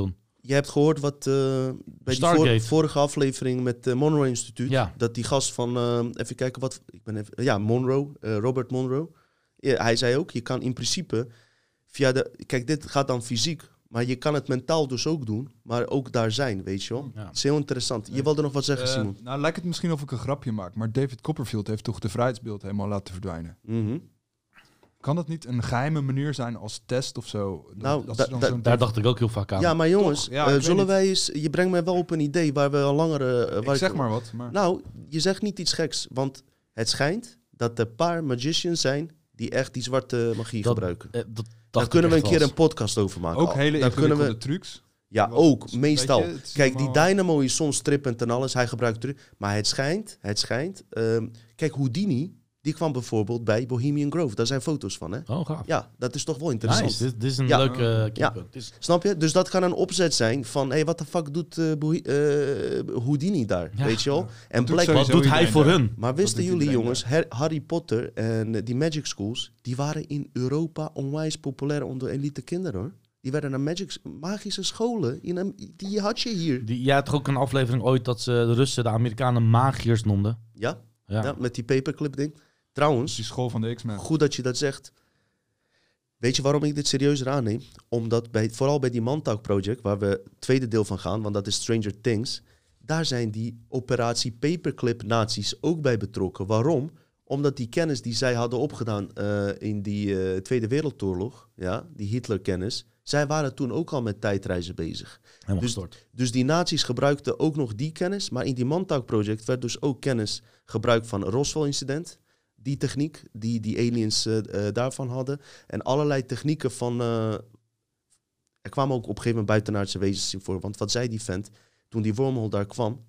je hebt gehoord wat uh, bij die vor- vorige aflevering met het uh, Monroe Instituut. Ja. Dat die gast van, uh, even kijken wat, ik ben even, ja, Monroe, uh, Robert Monroe. Ja, hij zei ook, je kan in principe via de, kijk, dit gaat dan fysiek, maar je kan het mentaal dus ook doen, maar ook daar zijn, weet je wel. Ja. Het is heel interessant. Je wilde nog wat zeggen, uh, Simon? Nou, lijkt het misschien of ik een grapje maak, maar David Copperfield heeft toch de vrijheidsbeeld helemaal laten verdwijnen. Mm-hmm. Kan dat niet een geheime manier zijn als test of zo? Nou, dat da, dan da, zo'n daar dacht ik ook heel vaak aan. Ja, maar jongens, ja, uh, zullen wij eens... Je brengt mij wel op een idee waar we al langer... Uh, ik zeg ik, maar wat. Maar... Nou, je zegt niet iets geks, want het schijnt dat er een paar magicians zijn die echt die zwarte magie dat, gebruiken. Uh, dat Daar kunnen we een keer was. een podcast over maken. Ook hele Daar ingewikkelde kunnen we... trucs. Ja, ook, meestal. Je, kijk, die Dynamo is soms trippend en alles. Hij gebruikt trucs. Maar het schijnt, het schijnt... Um, kijk, Houdini... Die kwam bijvoorbeeld bij Bohemian Grove. Daar zijn foto's van, hè? Oh, gaaf. Ja, dat is toch wel interessant. Nice. Dit, dit is een ja. leuke uh, ja. is... Snap je? Dus dat kan een opzet zijn van... Hé, hey, wat de fuck doet uh, Bohi- uh, Houdini daar? Ja. Weet je wel? En Black, wat doet hij voor hun? Maar wisten jullie, jongens... Her- Harry Potter en uh, die Magic Schools... Die waren in Europa onwijs populair onder elite kinderen, hoor. Die werden naar magic, magische scholen. In een, die had je hier. Die, jij had toch ook een aflevering ooit... dat ze de Russen de Amerikanen magiërs noemden? Ja, ja. ja met die paperclip ding. Trouwens, die school van de X-Men. Goed dat je dat zegt. Weet je waarom ik dit serieuzer aanneem? Omdat bij, vooral bij die Montauk Project, waar we het tweede deel van gaan, want dat is Stranger Things, daar zijn die operatie Paperclip nazi's ook bij betrokken. Waarom? Omdat die kennis die zij hadden opgedaan uh, in die uh, Tweede Wereldoorlog, ja, die Hitler-kennis, zij waren toen ook al met tijdreizen bezig. Helemaal dus, gestort. Dus die nazi's gebruikten ook nog die kennis, maar in die Montauk Project werd dus ook kennis gebruikt van het Roswell-incident. Die techniek, die die aliens uh, uh, daarvan hadden. En allerlei technieken van... Uh, er kwamen ook op een gegeven moment buitenaardse wezens in voor. Want wat zei die vent? Toen die wormhole daar kwam,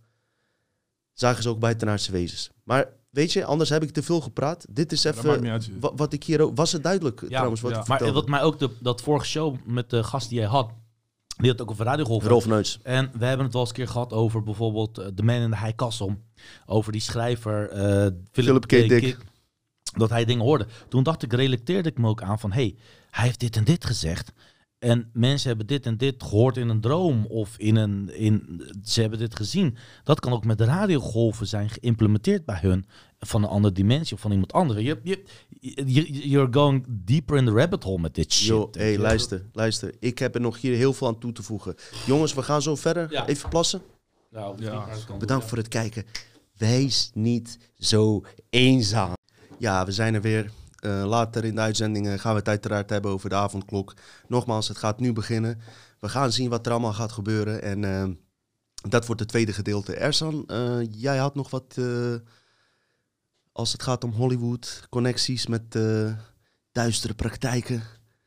zagen ze ook buitenaardse wezens. Maar weet je, anders heb ik te veel gepraat. Dit is even ja, uit, wa- wat ik hier ook... Was het duidelijk ja, trouwens wat ja. ik vertelde? Maar wat mij ook de, dat vorige show met de gast die jij had... Die had ook over radiogolf. Rolf Neuts. En we hebben het wel eens een keer gehad over bijvoorbeeld uh, The Man in the High Castle. Over die schrijver uh, Philip K. Dick. Dick. Dat hij dingen hoorde. Toen dacht ik, relateerde ik me ook aan van... hé, hey, hij heeft dit en dit gezegd. En mensen hebben dit en dit gehoord in een droom. Of in een... In, ze hebben dit gezien. Dat kan ook met de radiogolven zijn geïmplementeerd bij hun. Van een andere dimensie of van iemand anders. Je, je, je, you're going deeper in the rabbit hole met dit shit. Yo, hey, je. luister, luister. Ik heb er nog hier heel veel aan toe te voegen. Jongens, we gaan zo verder. Ja. Even plassen. Nou, ja. Bedankt voor het kijken. Wees niet zo eenzaam. Ja, we zijn er weer. Uh, later in de uitzending uh, gaan we het uiteraard hebben over de avondklok. Nogmaals, het gaat nu beginnen. We gaan zien wat er allemaal gaat gebeuren. En uh, dat wordt het tweede gedeelte. Ersan, uh, jij had nog wat... Uh, als het gaat om Hollywood, connecties met uh, duistere praktijken.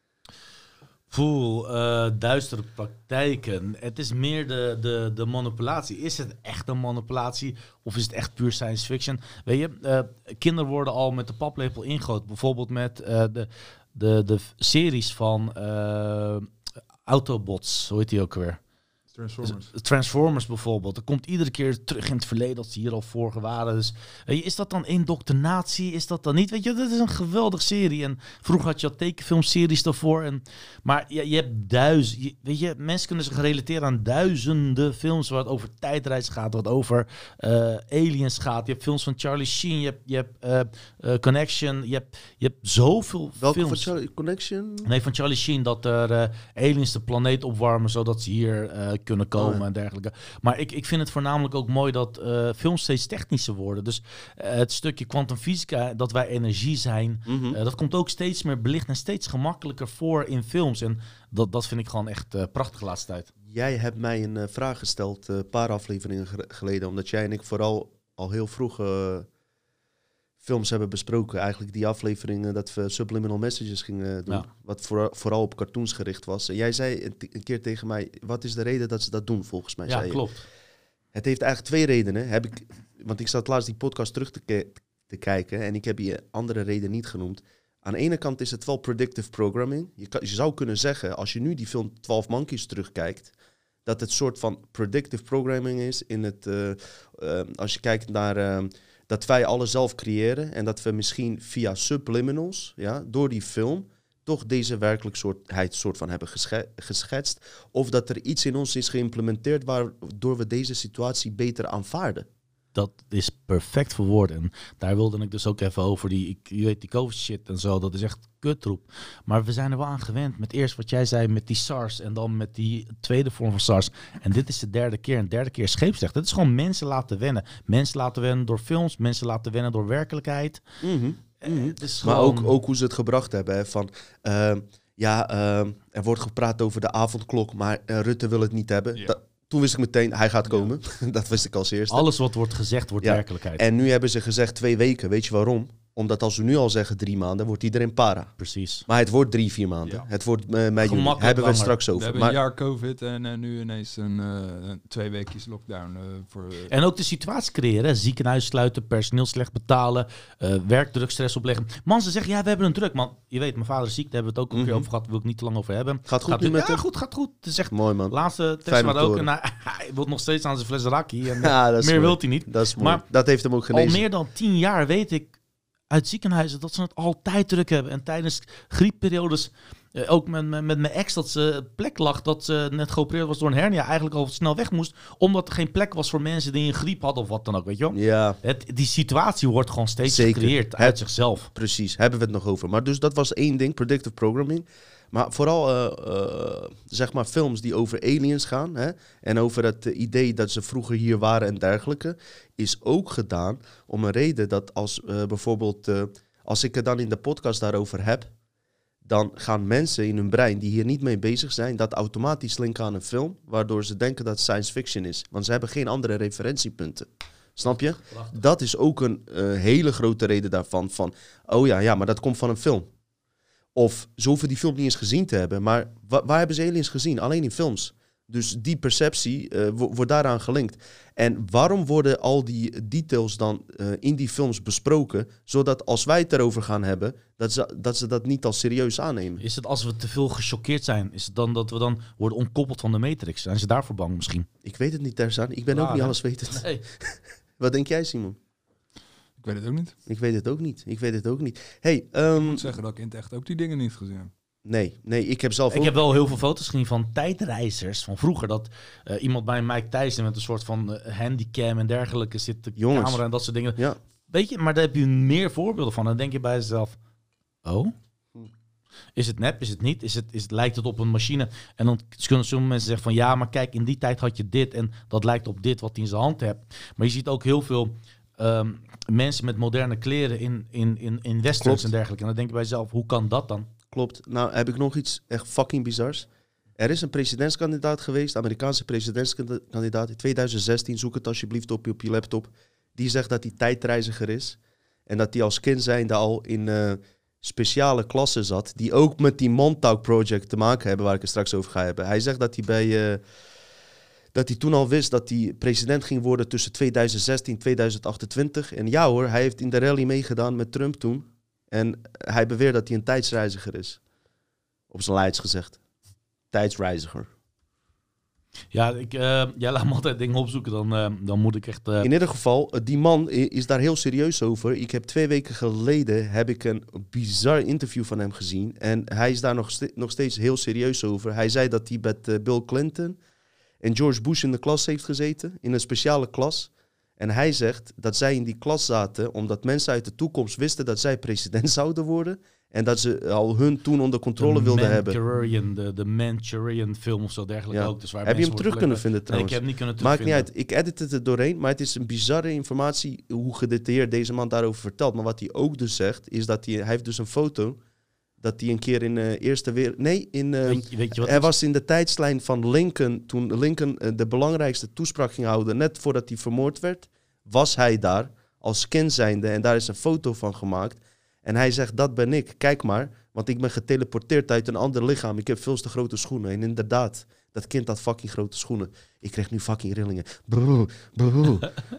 Poeh, uh, duistere praktijken. Het is meer de, de, de manipulatie. Is het echt een manipulatie of is het echt puur science fiction? Weet je, uh, kinderen worden al met de paplepel ingegoten. Bijvoorbeeld met uh, de, de, de series van uh, Autobots. Hoe heet die ook weer? Transformers. Transformers bijvoorbeeld. Er komt iedere keer terug in het verleden dat ze hier al vorige waren. Dus weet je, is dat dan indoctrinatie? Is dat dan niet? Weet je, dat is een geweldige serie. En vroeger had je al tekenfilmseries daarvoor. En, maar je, je hebt duizend... Weet je, mensen kunnen zich relateren aan duizenden films waar het over tijdreis gaat. Wat over uh, aliens gaat. Je hebt films van Charlie Sheen. Je hebt, je hebt uh, uh, Connection. Je hebt, je hebt zoveel Welke films. van Charlie Connection? Nee, van Charlie Sheen. Dat er uh, aliens de planeet opwarmen zodat ze hier... Uh, kunnen komen oh ja. en dergelijke. Maar ik, ik vind het voornamelijk ook mooi dat uh, films steeds technischer worden. Dus uh, het stukje kwantumfysica, dat wij energie zijn, mm-hmm. uh, dat komt ook steeds meer belicht en steeds gemakkelijker voor in films. En dat, dat vind ik gewoon echt uh, prachtig de laatste tijd. Jij hebt mij een uh, vraag gesteld een uh, paar afleveringen ge- geleden, omdat jij en ik vooral al heel vroeg uh, films hebben besproken. Eigenlijk die afleveringen dat we subliminal messages gingen doen. Ja. Wat voor, vooral op cartoons gericht was. En jij zei een, t- een keer tegen mij, wat is de reden dat ze dat doen volgens mij? Ja, zei klopt. Je. Het heeft eigenlijk twee redenen. Heb ik, want ik zat laatst die podcast terug te, ke- te kijken en ik heb die andere reden niet genoemd. Aan de ene kant is het wel predictive programming. Je, kan, je zou kunnen zeggen, als je nu die film twaalf Monkeys terugkijkt, dat het soort van predictive programming is in het, uh, uh, als je kijkt naar... Uh, dat wij alles zelf creëren en dat we misschien via subliminals, ja, door die film, toch deze werkelijkheid soort van hebben gesche- geschetst. Of dat er iets in ons is geïmplementeerd waardoor we deze situatie beter aanvaarden. Dat is perfect verwoord. En daar wilde ik dus ook even over. Die, ik, je weet, die COVID shit en zo, dat is echt kuttroep. Maar we zijn er wel aan gewend. Met eerst wat jij zei met die SARS en dan met die tweede vorm van SARS. En dit is de derde keer. En derde keer scheepsrecht. Dat is gewoon mensen laten wennen. Mensen laten wennen door films. Mensen laten wennen door werkelijkheid. Mm-hmm. Mm-hmm. Het is Maar gewoon... ook, ook hoe ze het gebracht hebben. Hè, van, uh, ja, uh, er wordt gepraat over de avondklok, maar uh, Rutte wil het niet hebben. Ja. Da- Toen wist ik meteen, hij gaat komen. Ja. Dat wist ik als eerste. Alles wat wordt gezegd, wordt Ja. werkelijkheid. En nu hebben ze gezegd twee weken. Weet je waarom? Omdat als we nu al zeggen drie maanden, wordt iedereen para. Precies. Maar het wordt drie, vier maanden. Ja. Het wordt uh, mei, juni. Gemakkelijk Hebben we het langer. straks We over. hebben Maar een jaar COVID en uh, nu ineens een uh, twee weekjes lockdown. Uh, voor, uh, En ook de situatie creëren. Hè. Ziekenhuis sluiten, personeel slecht betalen, uh, werkdrukstress opleggen. Man, ze zeggen, ja, we hebben een druk. Man, je weet, mijn vader is ziek, daar hebben we het ook een Mhm. keer over gehad. Daar wil ik niet te lang over hebben. Gaat goed nu met Ja, hem? goed, gaat goed. Het is echt mooi, man. laatste test Fijn om maar te ook. horen. En hij, hij wil nog steeds aan zijn fles raki. En Ja, dat is meer mooi. wil hij niet. Dat is mooi. Maar dat heeft hem ook Al genezen. meer dan tien jaar weet ik uit ziekenhuizen dat ze het altijd druk hebben. En tijdens griepperiodes, eh, ook met, met, met mijn ex, dat ze plek lag, dat ze net geopereerd was door een hernia, eigenlijk al snel weg moest, omdat er geen plek was voor mensen die een griep hadden of wat dan ook, weet je wel. Ja, Het, die situatie wordt gewoon steeds Zeker. gecreëerd Het- uit zichzelf. precies. Hebben we het nog over. Maar dus dat was één ding, predictive programming. Maar vooral, uh, uh, zeg maar, films die over aliens gaan. Hè, en over het uh, idee dat ze vroeger hier waren en dergelijke. Is ook gedaan om een reden dat als uh, bijvoorbeeld... Uh, als ik het dan in de podcast daarover heb... dan gaan mensen in hun brein die hier niet mee bezig zijn... dat automatisch linken aan een film... waardoor ze denken dat het science fiction is. Want ze hebben geen andere referentiepunten. Snap je? Dat is ook een uh, hele grote reden daarvan. Van, oh ja, ja, maar dat komt van een film. Of ze hoeven die film niet eens gezien te hebben. Maar wa- waar hebben ze aliens gezien? Alleen in films. Dus die perceptie uh, wo- wordt daaraan gelinkt. En waarom worden al die details dan uh, in die films besproken... zodat als wij het erover gaan hebben... dat ze dat, ze dat niet als serieus aannemen? Is het als we te veel gechoqueerd zijn, is het dan dat we dan worden ontkoppeld van de Matrix? Zijn ze daarvoor bang misschien? Ik weet het niet, Terzan. Ik ben Raar, ook niet hè? alles wetend. Nee. Wat denk jij, Simon? ik weet het ook niet. Ik weet het ook niet. Ik weet het ook niet. Hey, Ik um, moet zeggen dat ik in het echt ook die dingen niet gezien heb. nee, nee, ik heb zelf Ik ook... heb wel heel veel foto's gezien van tijdreizers van vroeger. Dat uh, iemand bij Mike Tyson met een soort van uh, handycam en dergelijke zit, de Jongens. camera en dat soort dingen. Ja. Weet je, maar daar heb je meer voorbeelden van. Dan denk je bij jezelf, oh? Is het nep? Is het niet? Is het, is het, lijkt het op een machine? En dan kunnen sommige mensen zeggen van ja, maar kijk, in die tijd had je dit en dat lijkt op dit wat hij in zijn hand hebt. Maar je ziet ook heel veel um, mensen met moderne kleren in, in, in, in westerns Klopt. en dergelijke. En dan denk je bij jezelf, hoe kan dat dan? Klopt. Nou heb ik nog iets echt fucking bizars. Er is een presidentskandidaat geweest, Amerikaanse presidentskandidaat in tweeduizend zestien. Zoek het alsjeblieft op, op je laptop. Die zegt dat hij tijdreiziger is. En dat hij als kind zijnde al in uh, speciale klassen zat. Die ook met die Montauk Project te maken hebben, waar ik het straks over ga hebben. Hij zegt dat hij bij... Uh, dat hij toen al wist dat hij president ging worden tussen tweeduizend zestien en tweeduizend achtentwintig. En ja hoor, hij heeft in de rally meegedaan met Trump toen. En hij beweert dat hij een tijdsreiziger is. Op zijn Leids gezegd. Tijdsreiziger. Ja, ik, uh, jij laat me altijd dingen opzoeken, dan, uh, dan moet ik echt... Uh... In ieder geval, die man is daar heel serieus over. Ik heb twee weken geleden heb ik een bizar interview van hem gezien. En hij is daar nog, st- nog steeds heel serieus over. Hij zei dat hij met uh, Bill Clinton en George Bush in de klas heeft gezeten. In een speciale klas. En hij zegt dat zij in die klas zaten omdat mensen uit de toekomst wisten dat zij president zouden worden. En dat ze al hun toen onder controle de wilden hebben. Manchurian, de, de Manchurian film of zo dergelijke Ja. ook. Dus waar Heb je hem mensen terug worden kunnen vinden verleid. trouwens? Nee, ik heb hem niet kunnen Maakt niet terugvinden. uit. Ik edit het er doorheen, maar het is een bizarre informatie hoe gedetailleerd deze man daarover vertelt. Maar wat hij ook dus zegt, is dat hij, hij heeft dus een foto dat hij een keer in de uh, Eerste Wereld... Nee, in, uh, Weet je, weet je wat hij het is? was in de tijdslijn van Lincoln, toen Lincoln uh, de belangrijkste toespraak ging houden, net voordat hij vermoord werd, was hij daar als kind zijnde en daar is een foto van gemaakt. En hij zegt, dat ben ik, kijk maar, want ik ben geteleporteerd uit een ander lichaam. Ik heb veel te grote schoenen. En inderdaad, dat kind had fucking grote schoenen. Ik kreeg nu fucking rillingen. Broe, broe.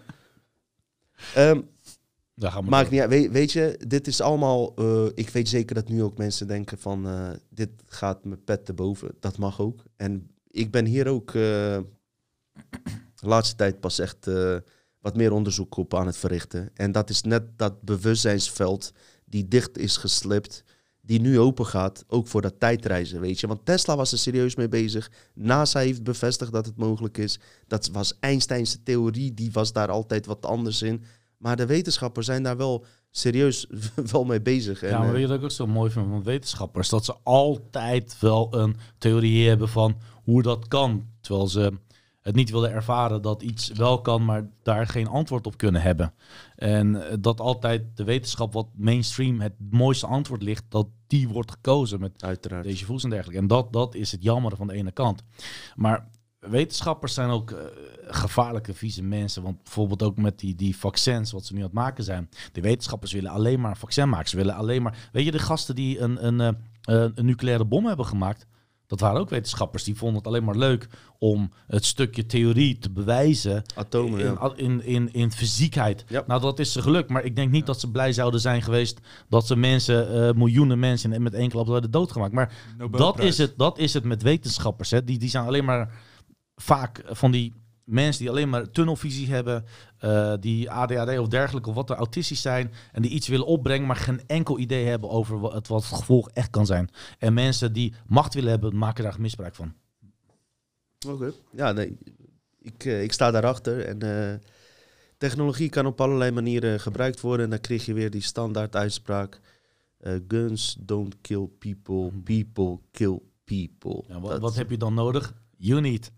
um, Daar gaan we Maakt door. niet uit. Weet, weet je, dit is allemaal... Uh, ik weet zeker dat nu ook mensen denken van... Uh, dit gaat mijn pet te boven. Dat mag ook. En ik ben hier ook... Uh, de laatste tijd pas echt uh, wat meer onderzoek op aan het verrichten. En dat is net dat bewustzijnsveld die dicht is geslipt. die nu open gaat, ook voor dat tijdreizen, weet je. Want Tesla was er serieus mee bezig. NASA heeft bevestigd dat het mogelijk is. Dat was Einsteinse theorie, die was daar altijd wat anders in. Maar de wetenschappers zijn daar wel serieus wel mee bezig. En, ja, maar weet je wat ik ook zo mooi vind van wetenschappers? Dat ze altijd wel een theorie hebben van hoe dat kan. Terwijl ze het niet willen ervaren dat iets wel kan, maar daar geen antwoord op kunnen hebben. En dat altijd de wetenschap wat mainstream het mooiste antwoord ligt, dat die wordt gekozen met Uiteraard. deze voels en dergelijke. En dat, dat is het jammer van de ene kant. Maar wetenschappers zijn ook uh, gevaarlijke, vieze mensen. Want bijvoorbeeld ook met die, die vaccins, wat ze nu aan het maken zijn. De wetenschappers willen alleen maar een vaccin maken. Ze willen alleen maar... Weet je, de gasten die een, een, uh, een nucleaire bom hebben gemaakt, dat waren ook wetenschappers. Die vonden het alleen maar leuk om het stukje theorie te bewijzen. Atomen, in, ja. in, in, in fysiekheid. Ja. Nou, dat is ze gelukt. Maar ik denk niet dat ze blij zouden zijn geweest dat ze mensen, uh, miljoenen mensen met één klap hadden doodgemaakt. Maar dat is, het, dat is het met wetenschappers. Hè. Die, die zijn alleen maar vaak van die mensen die alleen maar tunnelvisie hebben, uh, die A D H D of dergelijke, of wat er autistisch zijn, en die iets willen opbrengen, maar geen enkel idee hebben over wat het, wat het gevolg echt kan zijn. En mensen die macht willen hebben, maken daar misbruik van. Oké. Okay. Ja, nee, ik, uh, ik sta daarachter. En uh, technologie kan op allerlei manieren gebruikt worden. En dan kreeg je weer die standaard uitspraak. Uh, guns don't kill people, people kill people. Ja, wat, Dat... wat heb je dan nodig? You need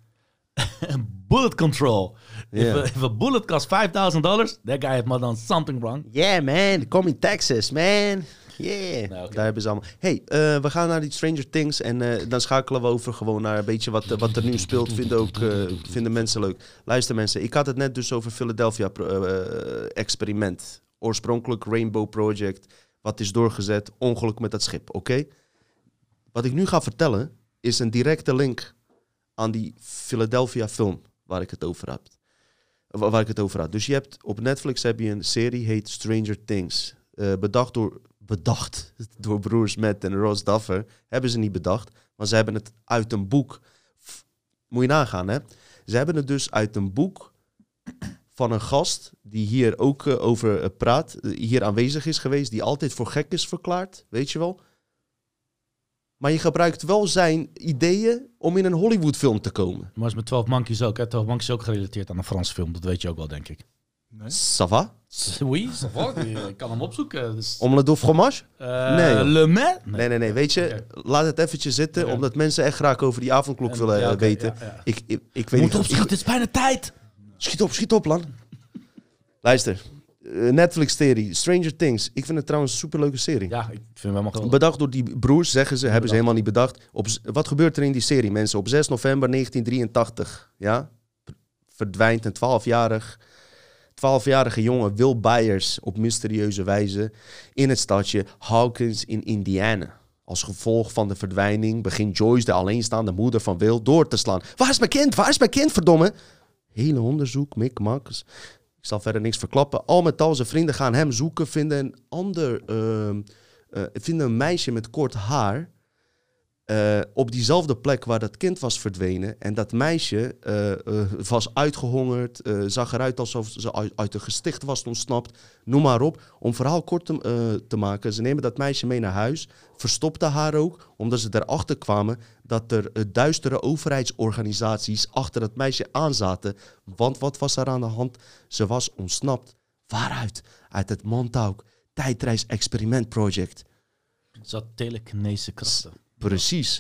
bullet control. Yeah. If, a, if a bullet costs five thousand dollars, that guy has done something wrong. Yeah, man. Come in Texas, man. Yeah. Nou, okay. Daar hebben ze allemaal. Hey, uh, we gaan naar die Stranger Things. En uh, dan schakelen we over gewoon naar een beetje wat, uh, wat er nu speelt. Vinden, ook, uh, vinden mensen leuk. Luister mensen, ik had het net dus over Philadelphia uh, experiment. Oorspronkelijk Rainbow Project. Wat is doorgezet. Ongeluk met dat schip, oké? Okay? Wat ik nu ga vertellen is een directe link aan die Philadelphia film waar ik het over had. Waar ik het over had. Dus je hebt op Netflix heb je een serie heet Stranger Things. Uh, bedacht door bedacht door broers Matt en Ross Duffer. Hebben ze niet bedacht, maar ze hebben het uit een boek. F- Moet je nagaan, hè? Ze hebben het dus uit een boek van een gast die hier ook uh, over uh, praat, uh, hier aanwezig is geweest, die altijd voor gek is verklaard, weet je wel. Maar je gebruikt wel zijn ideeën om in een Hollywoodfilm te komen. Maar is met twaalf Monkeys ook. hè? twaalf Monkeys is ook gerelateerd aan een Franse film. Dat weet je ook wel, denk ik. Nee. Ça va? Oui, ça va. Ik kan hem opzoeken. Dus... Omelette au fromage? Uh, Nee, joh. Le Mans? Nee, nee, nee. Weet je, Oké. laat het eventjes zitten, Oké. omdat mensen echt graag over die avondklok En- willen ja, uh, oké, weten. ja, ja. Ik, ik, ik weet Moet niet. opschieten, ik- het is bijna tijd. Schiet op, schiet op, Lan. Luister, uh, Netflix-serie, Stranger Things. Ik vind het trouwens een superleuke serie. Ja, ik vind hem helemaal geweldig. Bedacht door die broers, zeggen ze, hebben ze Bedacht. helemaal niet bedacht. Op, z- wat gebeurt er in die serie, mensen? Op zes november negentien drieëntachtig, ja, verdwijnt een twaalfjarig, twaalfjarige jongen, Will Byers, op mysterieuze wijze in het stadje Hawkins in Indiana. Als gevolg van de verdwijning begint Joyce, de alleenstaande moeder van Will, door te slaan. Waar is mijn kind? Waar is mijn kind, verdomme? Hele onderzoek, mikmak. Ik zal verder niks verklappen. Al met al, zijn vrienden gaan hem zoeken, vinden een ander, uh, uh, vinden een meisje met kort haar uh, op diezelfde plek waar dat kind was verdwenen. En dat meisje uh, uh, was uitgehongerd, uh, zag eruit alsof ze uit, uit een gesticht was ontsnapt. Noem maar op. Om verhaal kort te, uh, te maken, ze nemen dat meisje mee naar huis, verstopten haar ook, omdat ze erachter kwamen dat er uh, duistere overheidsorganisaties achter dat meisje aanzaten. Want wat was er aan de hand? Ze was ontsnapt. Waaruit? Uit het Montauk Tijdreis Experiment Project. Zat telekinese krachten. Precies.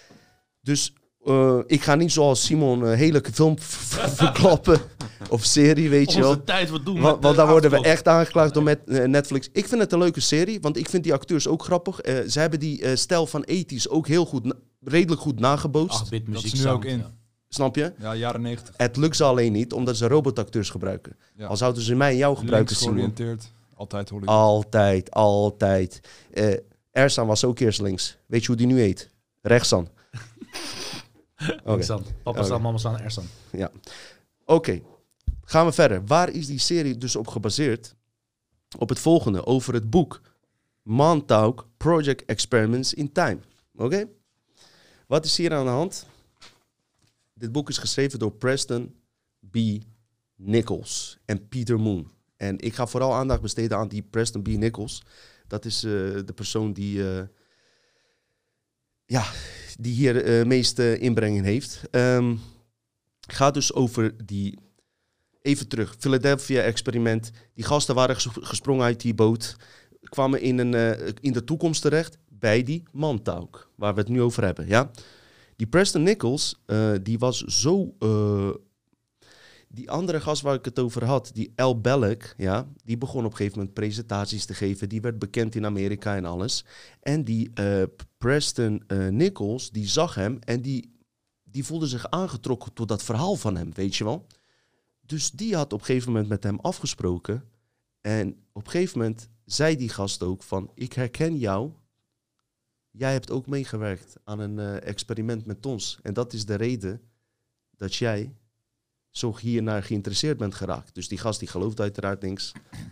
Dus uh, ik ga niet zoals Simon een hele film verklappen of serie, weet je wel. Onze tijd wat doen. Want, met want de daar worden we avondklok. echt aangeklaagd door met, uh, Netflix. Ik vind het een leuke serie, want ik vind die acteurs ook grappig. Uh, ze hebben die uh, stijl van ethisch ook heel goed, na- redelijk goed nagebootst. acht-bit Dat muziek is nu ook sound, in. ja. Snap je? Ja, jaren negentig. Het lukt ze alleen niet, omdat ze robotacteurs gebruiken. Ja. Al zouden ze mij en jou gebruiken, Links Simon. georiënteerd. Altijd Hollywood. Altijd, altijd. Uh, Ersan was ook eerst links. Weet je hoe die nu heet? Rechtsan. Oké. Ersan. Papa Oké. staan, mama staan, Ersan. Ja. Oké, gaan we verder. Waar is die serie dus op gebaseerd? Op het volgende, over het boek Montauk Project Experiments in Time. Oké? Wat is hier aan de hand? Dit boek is geschreven door Preston B. Nichols en Peter Moon. En ik ga vooral aandacht besteden aan die Preston B. Nichols. Dat is uh, de persoon die uh, ja, die hier uh, meeste inbrenging heeft. Um, gaat dus over die... Even terug, Philadelphia-experiment. Die gasten waren ges- gesprongen uit die boot. Kwamen in, een, uh, in de toekomst terecht bij die Montauk, waar we het nu over hebben. Ja? Die Preston Nichols, uh, die was zo... Uh, die andere gast waar ik het over had, die Al Bellick, ja, die begon op een gegeven moment presentaties te geven. Die werd bekend in Amerika en alles. En die uh, Preston uh, Nichols, die zag hem en die, die voelde zich aangetrokken tot dat verhaal van hem, weet je wel. Dus die had op een gegeven moment met hem afgesproken. En op een gegeven moment zei die gast ook van, ik herken jou. Jij hebt ook meegewerkt aan een uh, experiment met ons. En dat is de reden dat jij zo hiernaar geïnteresseerd bent geraakt. Dus die gast die gelooft uiteraard niks.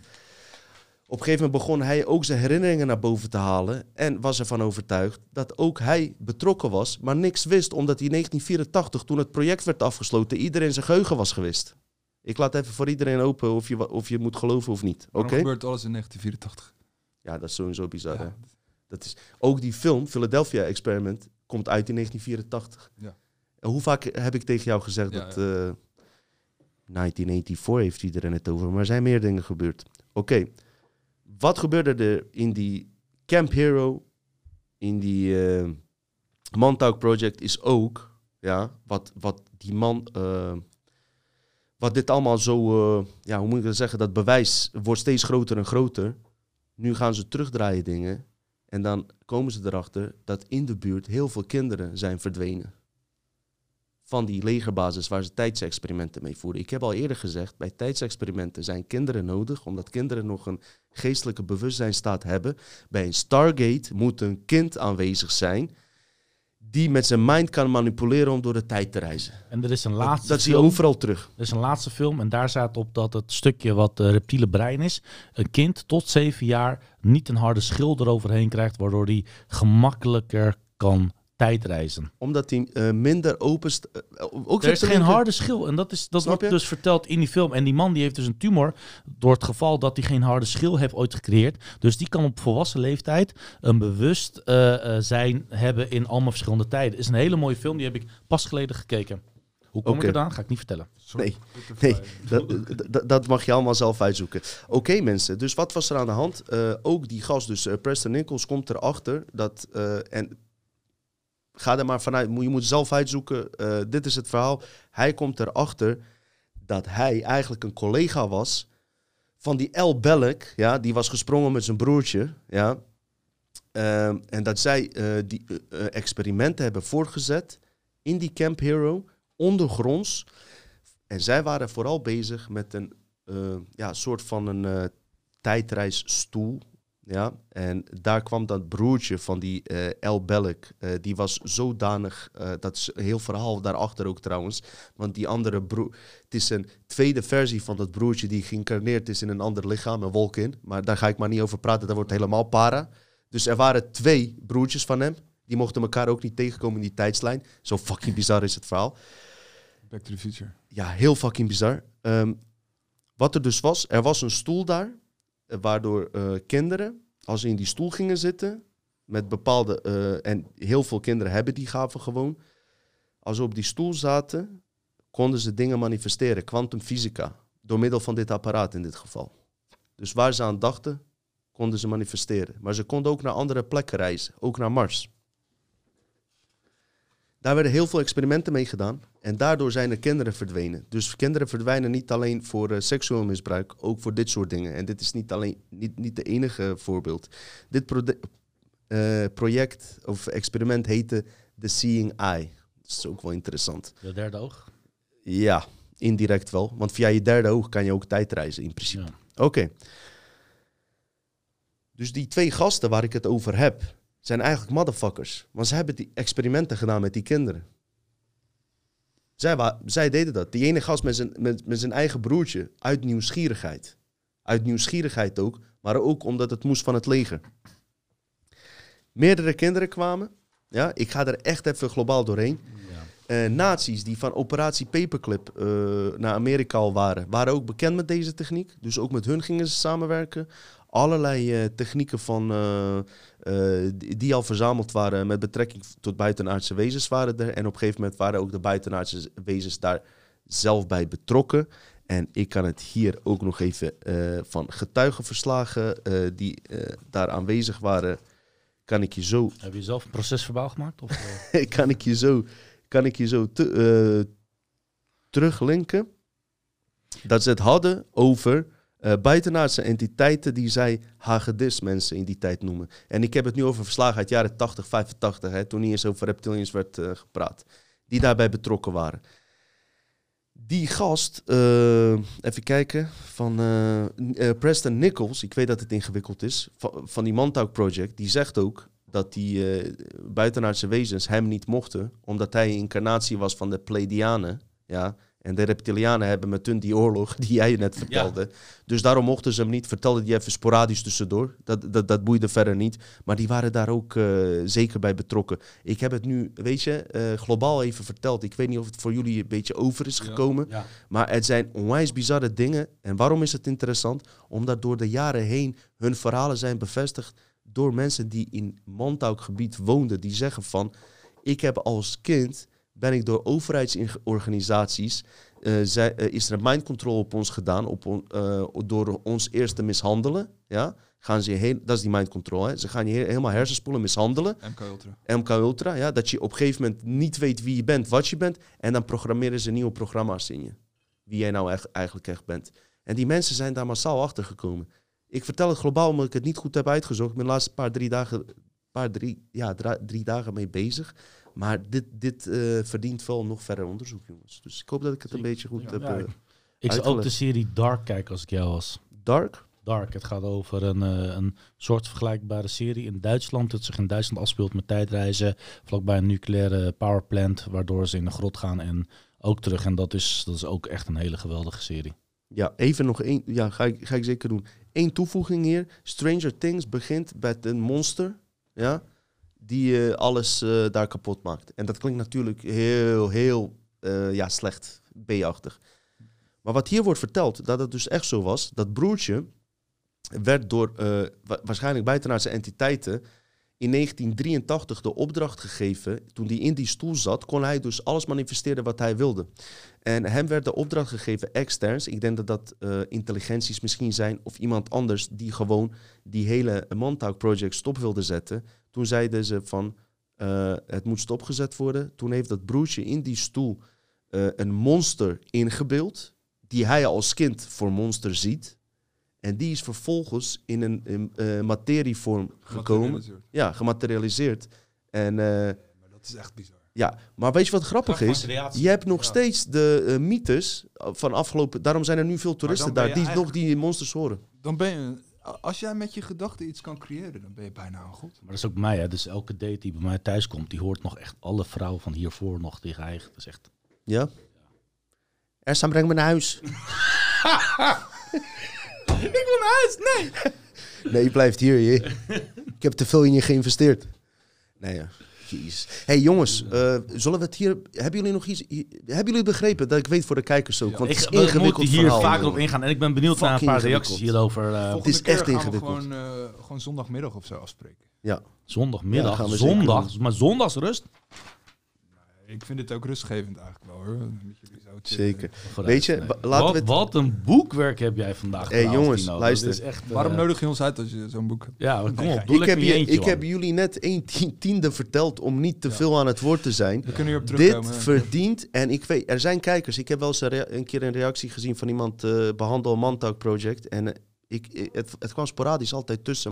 Op een gegeven moment begon hij ook zijn herinneringen naar boven te halen. En was ervan overtuigd dat ook hij betrokken was. Maar niks wist, omdat hij in negentien vierentachtig, toen het project werd afgesloten, iedereen zijn geheugen was gewist. Ik laat even voor iedereen open of je, of je moet geloven of niet. Oké? Waarom gebeurt alles in negentien vierentachtig? Ja, dat is sowieso bizar. Ja. Hè? Dat is, ook die film, Philadelphia Experiment, komt uit in negentien vierentachtig. Ja. En hoe vaak heb ik tegen jou gezegd Ja, dat... ja. Uh, negentien vierennegentig heeft iedereen het over, maar er zijn meer dingen gebeurd. Oké, okay. Wat gebeurde er in die Camp Hero, in die uh, Montauk Project is ook, ja, wat, wat die man, uh, wat dit allemaal zo, uh, ja, hoe moet ik dat zeggen, dat bewijs wordt steeds groter en groter. Nu gaan ze terugdraaien dingen en dan komen ze erachter dat in de buurt heel veel kinderen zijn verdwenen. Van die legerbasis waar ze tijdsexperimenten mee voeren. Ik heb al eerder gezegd, bij tijdsexperimenten zijn kinderen nodig, omdat kinderen nog een geestelijke bewustzijnstaat hebben. Bij een Stargate moet een kind aanwezig zijn die met zijn mind kan manipuleren om door de tijd te reizen. En er is een laatste Dat, dat zie je film. overal terug. Er is een laatste film en daar staat op dat het stukje wat uh, reptiele brein is, een kind tot zeven jaar niet een harde schil eroverheen krijgt, waardoor hij gemakkelijker kan tijdreizen. Omdat hij uh, minder open... St- uh, ook er is geen linker... harde schil en dat, is, dat Snap wordt je? dus verteld in die film. En die man die heeft dus een tumor door het geval dat hij geen harde schil heeft ooit gecreëerd. Dus die kan op volwassen leeftijd een bewust uh, uh, zijn hebben in allemaal verschillende tijden. Het is een hele mooie film, die heb ik pas geleden gekeken. Hoe kom Oké. ik eraan? Ga ik niet vertellen. Nee, nee dat, dat, dat mag je allemaal zelf uitzoeken. Oké okay, mensen, dus wat was er aan de hand? Uh, ook die gast, dus uh, Preston Nichols, komt erachter dat... Uh, en ga er maar vanuit, je moet zelf uitzoeken. Uh, dit is het verhaal. Hij komt erachter dat hij eigenlijk een collega was van die Al Bellick. Ja, die was gesprongen met zijn broertje. Ja. Uh, en dat zij uh, die uh, uh, experimenten hebben voortgezet in die Camp Hero, ondergronds. En zij waren vooral bezig met een uh, ja, soort van een uh, tijdreisstoel. Ja, en daar kwam dat broertje van die uh, Al Bellick. Uh, die was zodanig, uh, dat is een heel verhaal daarachter ook trouwens. Want die andere broer, het is een tweede versie van dat broertje die geïncarneerd is in een ander lichaam, een wolk in. Maar daar ga ik maar niet over praten, dat wordt helemaal para. Dus er waren twee broertjes van hem. Die mochten elkaar ook niet tegenkomen in die tijdslijn. Zo fucking bizar is het verhaal. Back to the Future. Ja, heel fucking bizar. Um, wat er dus was, er was een stoel daar. Waardoor uh, kinderen, als ze in die stoel gingen zitten, met bepaalde, uh, en heel veel kinderen hebben die gaven gewoon, als ze op die stoel zaten, konden ze dingen manifesteren, kwantumfysica, door middel van dit apparaat in dit geval. Dus waar ze aan dachten, konden ze manifesteren. Maar ze konden ook naar andere plekken reizen, ook naar Mars. Daar werden heel veel experimenten mee gedaan. En daardoor zijn er kinderen verdwenen. Dus kinderen verdwijnen niet alleen voor uh, seksueel misbruik, ook voor dit soort dingen. En dit is niet alleen niet, niet de enige voorbeeld. Dit pro- uh, project of experiment heette The Seeing Eye. Dat is ook wel interessant. De derde oog? Ja, indirect wel. Want via je derde oog kan je ook tijdreizen in principe. Ja. Oké. Okay. Dus die twee gasten waar ik het over heb, zijn eigenlijk motherfuckers. Want ze hebben die experimenten gedaan met die kinderen. Zij, wa- zij deden dat. Die ene gast met zijn, met, met zijn eigen broertje. Uit nieuwsgierigheid. Uit nieuwsgierigheid ook. Maar ook omdat het moest van het leger. Meerdere kinderen kwamen. Ja, ik ga er echt even globaal doorheen. Ja. uh, nazi's die van operatie Paperclip uh, naar Amerika al waren, waren ook bekend met deze techniek. Dus ook met hun gingen ze samenwerken. Allerlei uh, technieken van, uh, uh, die, die al verzameld waren met betrekking tot buitenaardse wezens waren er. En op een gegeven moment waren ook de buitenaardse wezens daar zelf bij betrokken. En ik kan het hier ook nog even uh, van getuigenverslagen uh, die uh, daar aanwezig waren, kan ik je zo... Heb je zelf een procesverbaal gemaakt? Of, uh... kan ik je zo, kan ik je zo te, uh, teruglinken dat ze het hadden over uh, buitenaardse entiteiten die zij hagedis mensen in die tijd noemen. En ik heb het nu over verslagen uit jaren tachtig, vijfentachtig, hè, toen niet eens over reptilians werd uh, gepraat, die daarbij betrokken waren. Die gast, uh, even kijken, van uh, uh, Preston Nichols, ik weet dat het ingewikkeld is, van, van die Montauk Project, die zegt ook dat die uh, buitenaardse wezens hem niet mochten, omdat hij een incarnatie was van de Pleiadianen, ja. En de reptilianen hebben met hun die oorlog die jij net vertelde. Ja. Dus daarom mochten ze hem niet. Vertelde die even sporadisch tussendoor. Dat, dat, dat boeide verder niet. Maar die waren daar ook uh, zeker bij betrokken. Ik heb het nu, weet je, uh, globaal even verteld. Ik weet niet of het voor jullie een beetje over is gekomen. Ja. Ja. Maar het zijn onwijs bizarre dingen. En waarom is het interessant? Omdat door de jaren heen hun verhalen zijn bevestigd door mensen die in Montauk gebied woonden. Die zeggen van, ik heb als kind... ben ik door overheidsorganisaties, uh, zij, uh, is er een mind control op ons gedaan, op on, uh, door ons eerst te mishandelen. Ja? Gaan ze je heel, dat is die mind control. Hè? Ze gaan je he- helemaal hersenspoelen mishandelen. M K Ultra. M K Ultra, ja? Dat je op een gegeven moment niet weet wie je bent, wat je bent. En dan programmeren ze nieuwe programma's in je. Wie jij nou echt, eigenlijk echt bent. En die mensen zijn daar massaal achter gekomen. Ik vertel het globaal omdat ik het niet goed heb uitgezocht. Ik ben de laatste paar drie dagen, paar drie, ja, dra- drie dagen mee bezig. Maar dit, dit uh, verdient wel nog verder onderzoek, jongens. Dus ik hoop dat ik het een ik, beetje goed ja, heb ja, uh, Ik, ik zou ook de serie Dark kijken als ik jou was. Dark? Dark. Het gaat over een, uh, een soort vergelijkbare serie in Duitsland. Dat zich in Duitsland afspeelt met tijdreizen. Vlakbij een nucleaire powerplant. Waardoor ze in een grot gaan en ook terug. En dat is, dat is ook echt een hele geweldige serie. Ja, even nog één. Ja, ga ik, ga ik zeker doen. Eén toevoeging hier. Stranger Things begint met een monster. Ja. Die uh, alles uh, daar kapot maakt. En dat klinkt natuurlijk heel, heel uh, ja, slecht, B-achtig. Maar wat hier wordt verteld, dat het dus echt zo was, dat broertje werd door uh, wa- waarschijnlijk buitenaardse entiteiten in negentien drieëntachtig de opdracht gegeven. Toen hij in die stoel zat, kon hij dus alles manifesteren wat hij wilde. En hem werd de opdracht gegeven externs. Ik denk dat dat uh, intelligenties misschien zijn of iemand anders die gewoon die hele Montauk Project stop wilde zetten. Toen zeiden ze van, uh, het moet stopgezet worden. Toen heeft dat broertje in die stoel uh, een monster ingebeeld, die hij als kind voor monster ziet. En die is vervolgens in een in, uh, materievorm gekomen. Ja, gematerialiseerd. En, uh, maar dat is echt bizar. Ja, maar weet je wat grappig is? Je hebt nog ja. steeds de uh, mythes van afgelopen... Daarom zijn er nu veel toeristen daar die eigenlijk... nog die monsters horen. Dan ben je... Als jij met je gedachten iets kan creëren, dan ben je bijna een god. Maar dat is ook bij mij, hè. Dus elke date die bij mij thuis komt, die hoort nog echt alle vrouwen van hiervoor nog tegen eigen. Dat is echt... Ja? ja. Ersan, breng me naar huis. Ik wil naar huis, nee. Nee, je blijft hier. Je. Ik heb te veel in je geïnvesteerd. Nee, ja. Jeez. Hey jongens, uh, zullen we het hier... Hebben jullie nog iets... Hebben jullie begrepen dat ik weet voor de kijkers ook? Want ik, het is ingewikkeld we hier verhaal, vaker op ingaan. En ik ben benieuwd naar een paar reacties hierover. Uh, het is echt ingewikkeld. Gewoon, uh, gewoon zondagmiddag of zo afspreken. Ja. Zondagmiddag? Ja, zondag? Maar zondagsrust? Ik vind het ook rustgevend eigenlijk wel, hoor. Zeker. Weet je, nee. laten wat, we het... wat een boekwerk heb jij vandaag. Hé hey, jongens, luister. Is echt, uh... Waarom nodig je ons uit als je zo'n boek hebt? Ja, kom nee, op. Doe ik heb, je, eentje, ik heb jullie net een tiende verteld om niet te ja. veel aan het woord te zijn. We kunnen hierop terugkomen. Dit verdient, en ik weet, er zijn kijkers. Ik heb wel eens een, rea- een keer een reactie gezien van iemand, uh, behandel Montauk Project. En uh, ik, het, het kwam sporadisch altijd tussen.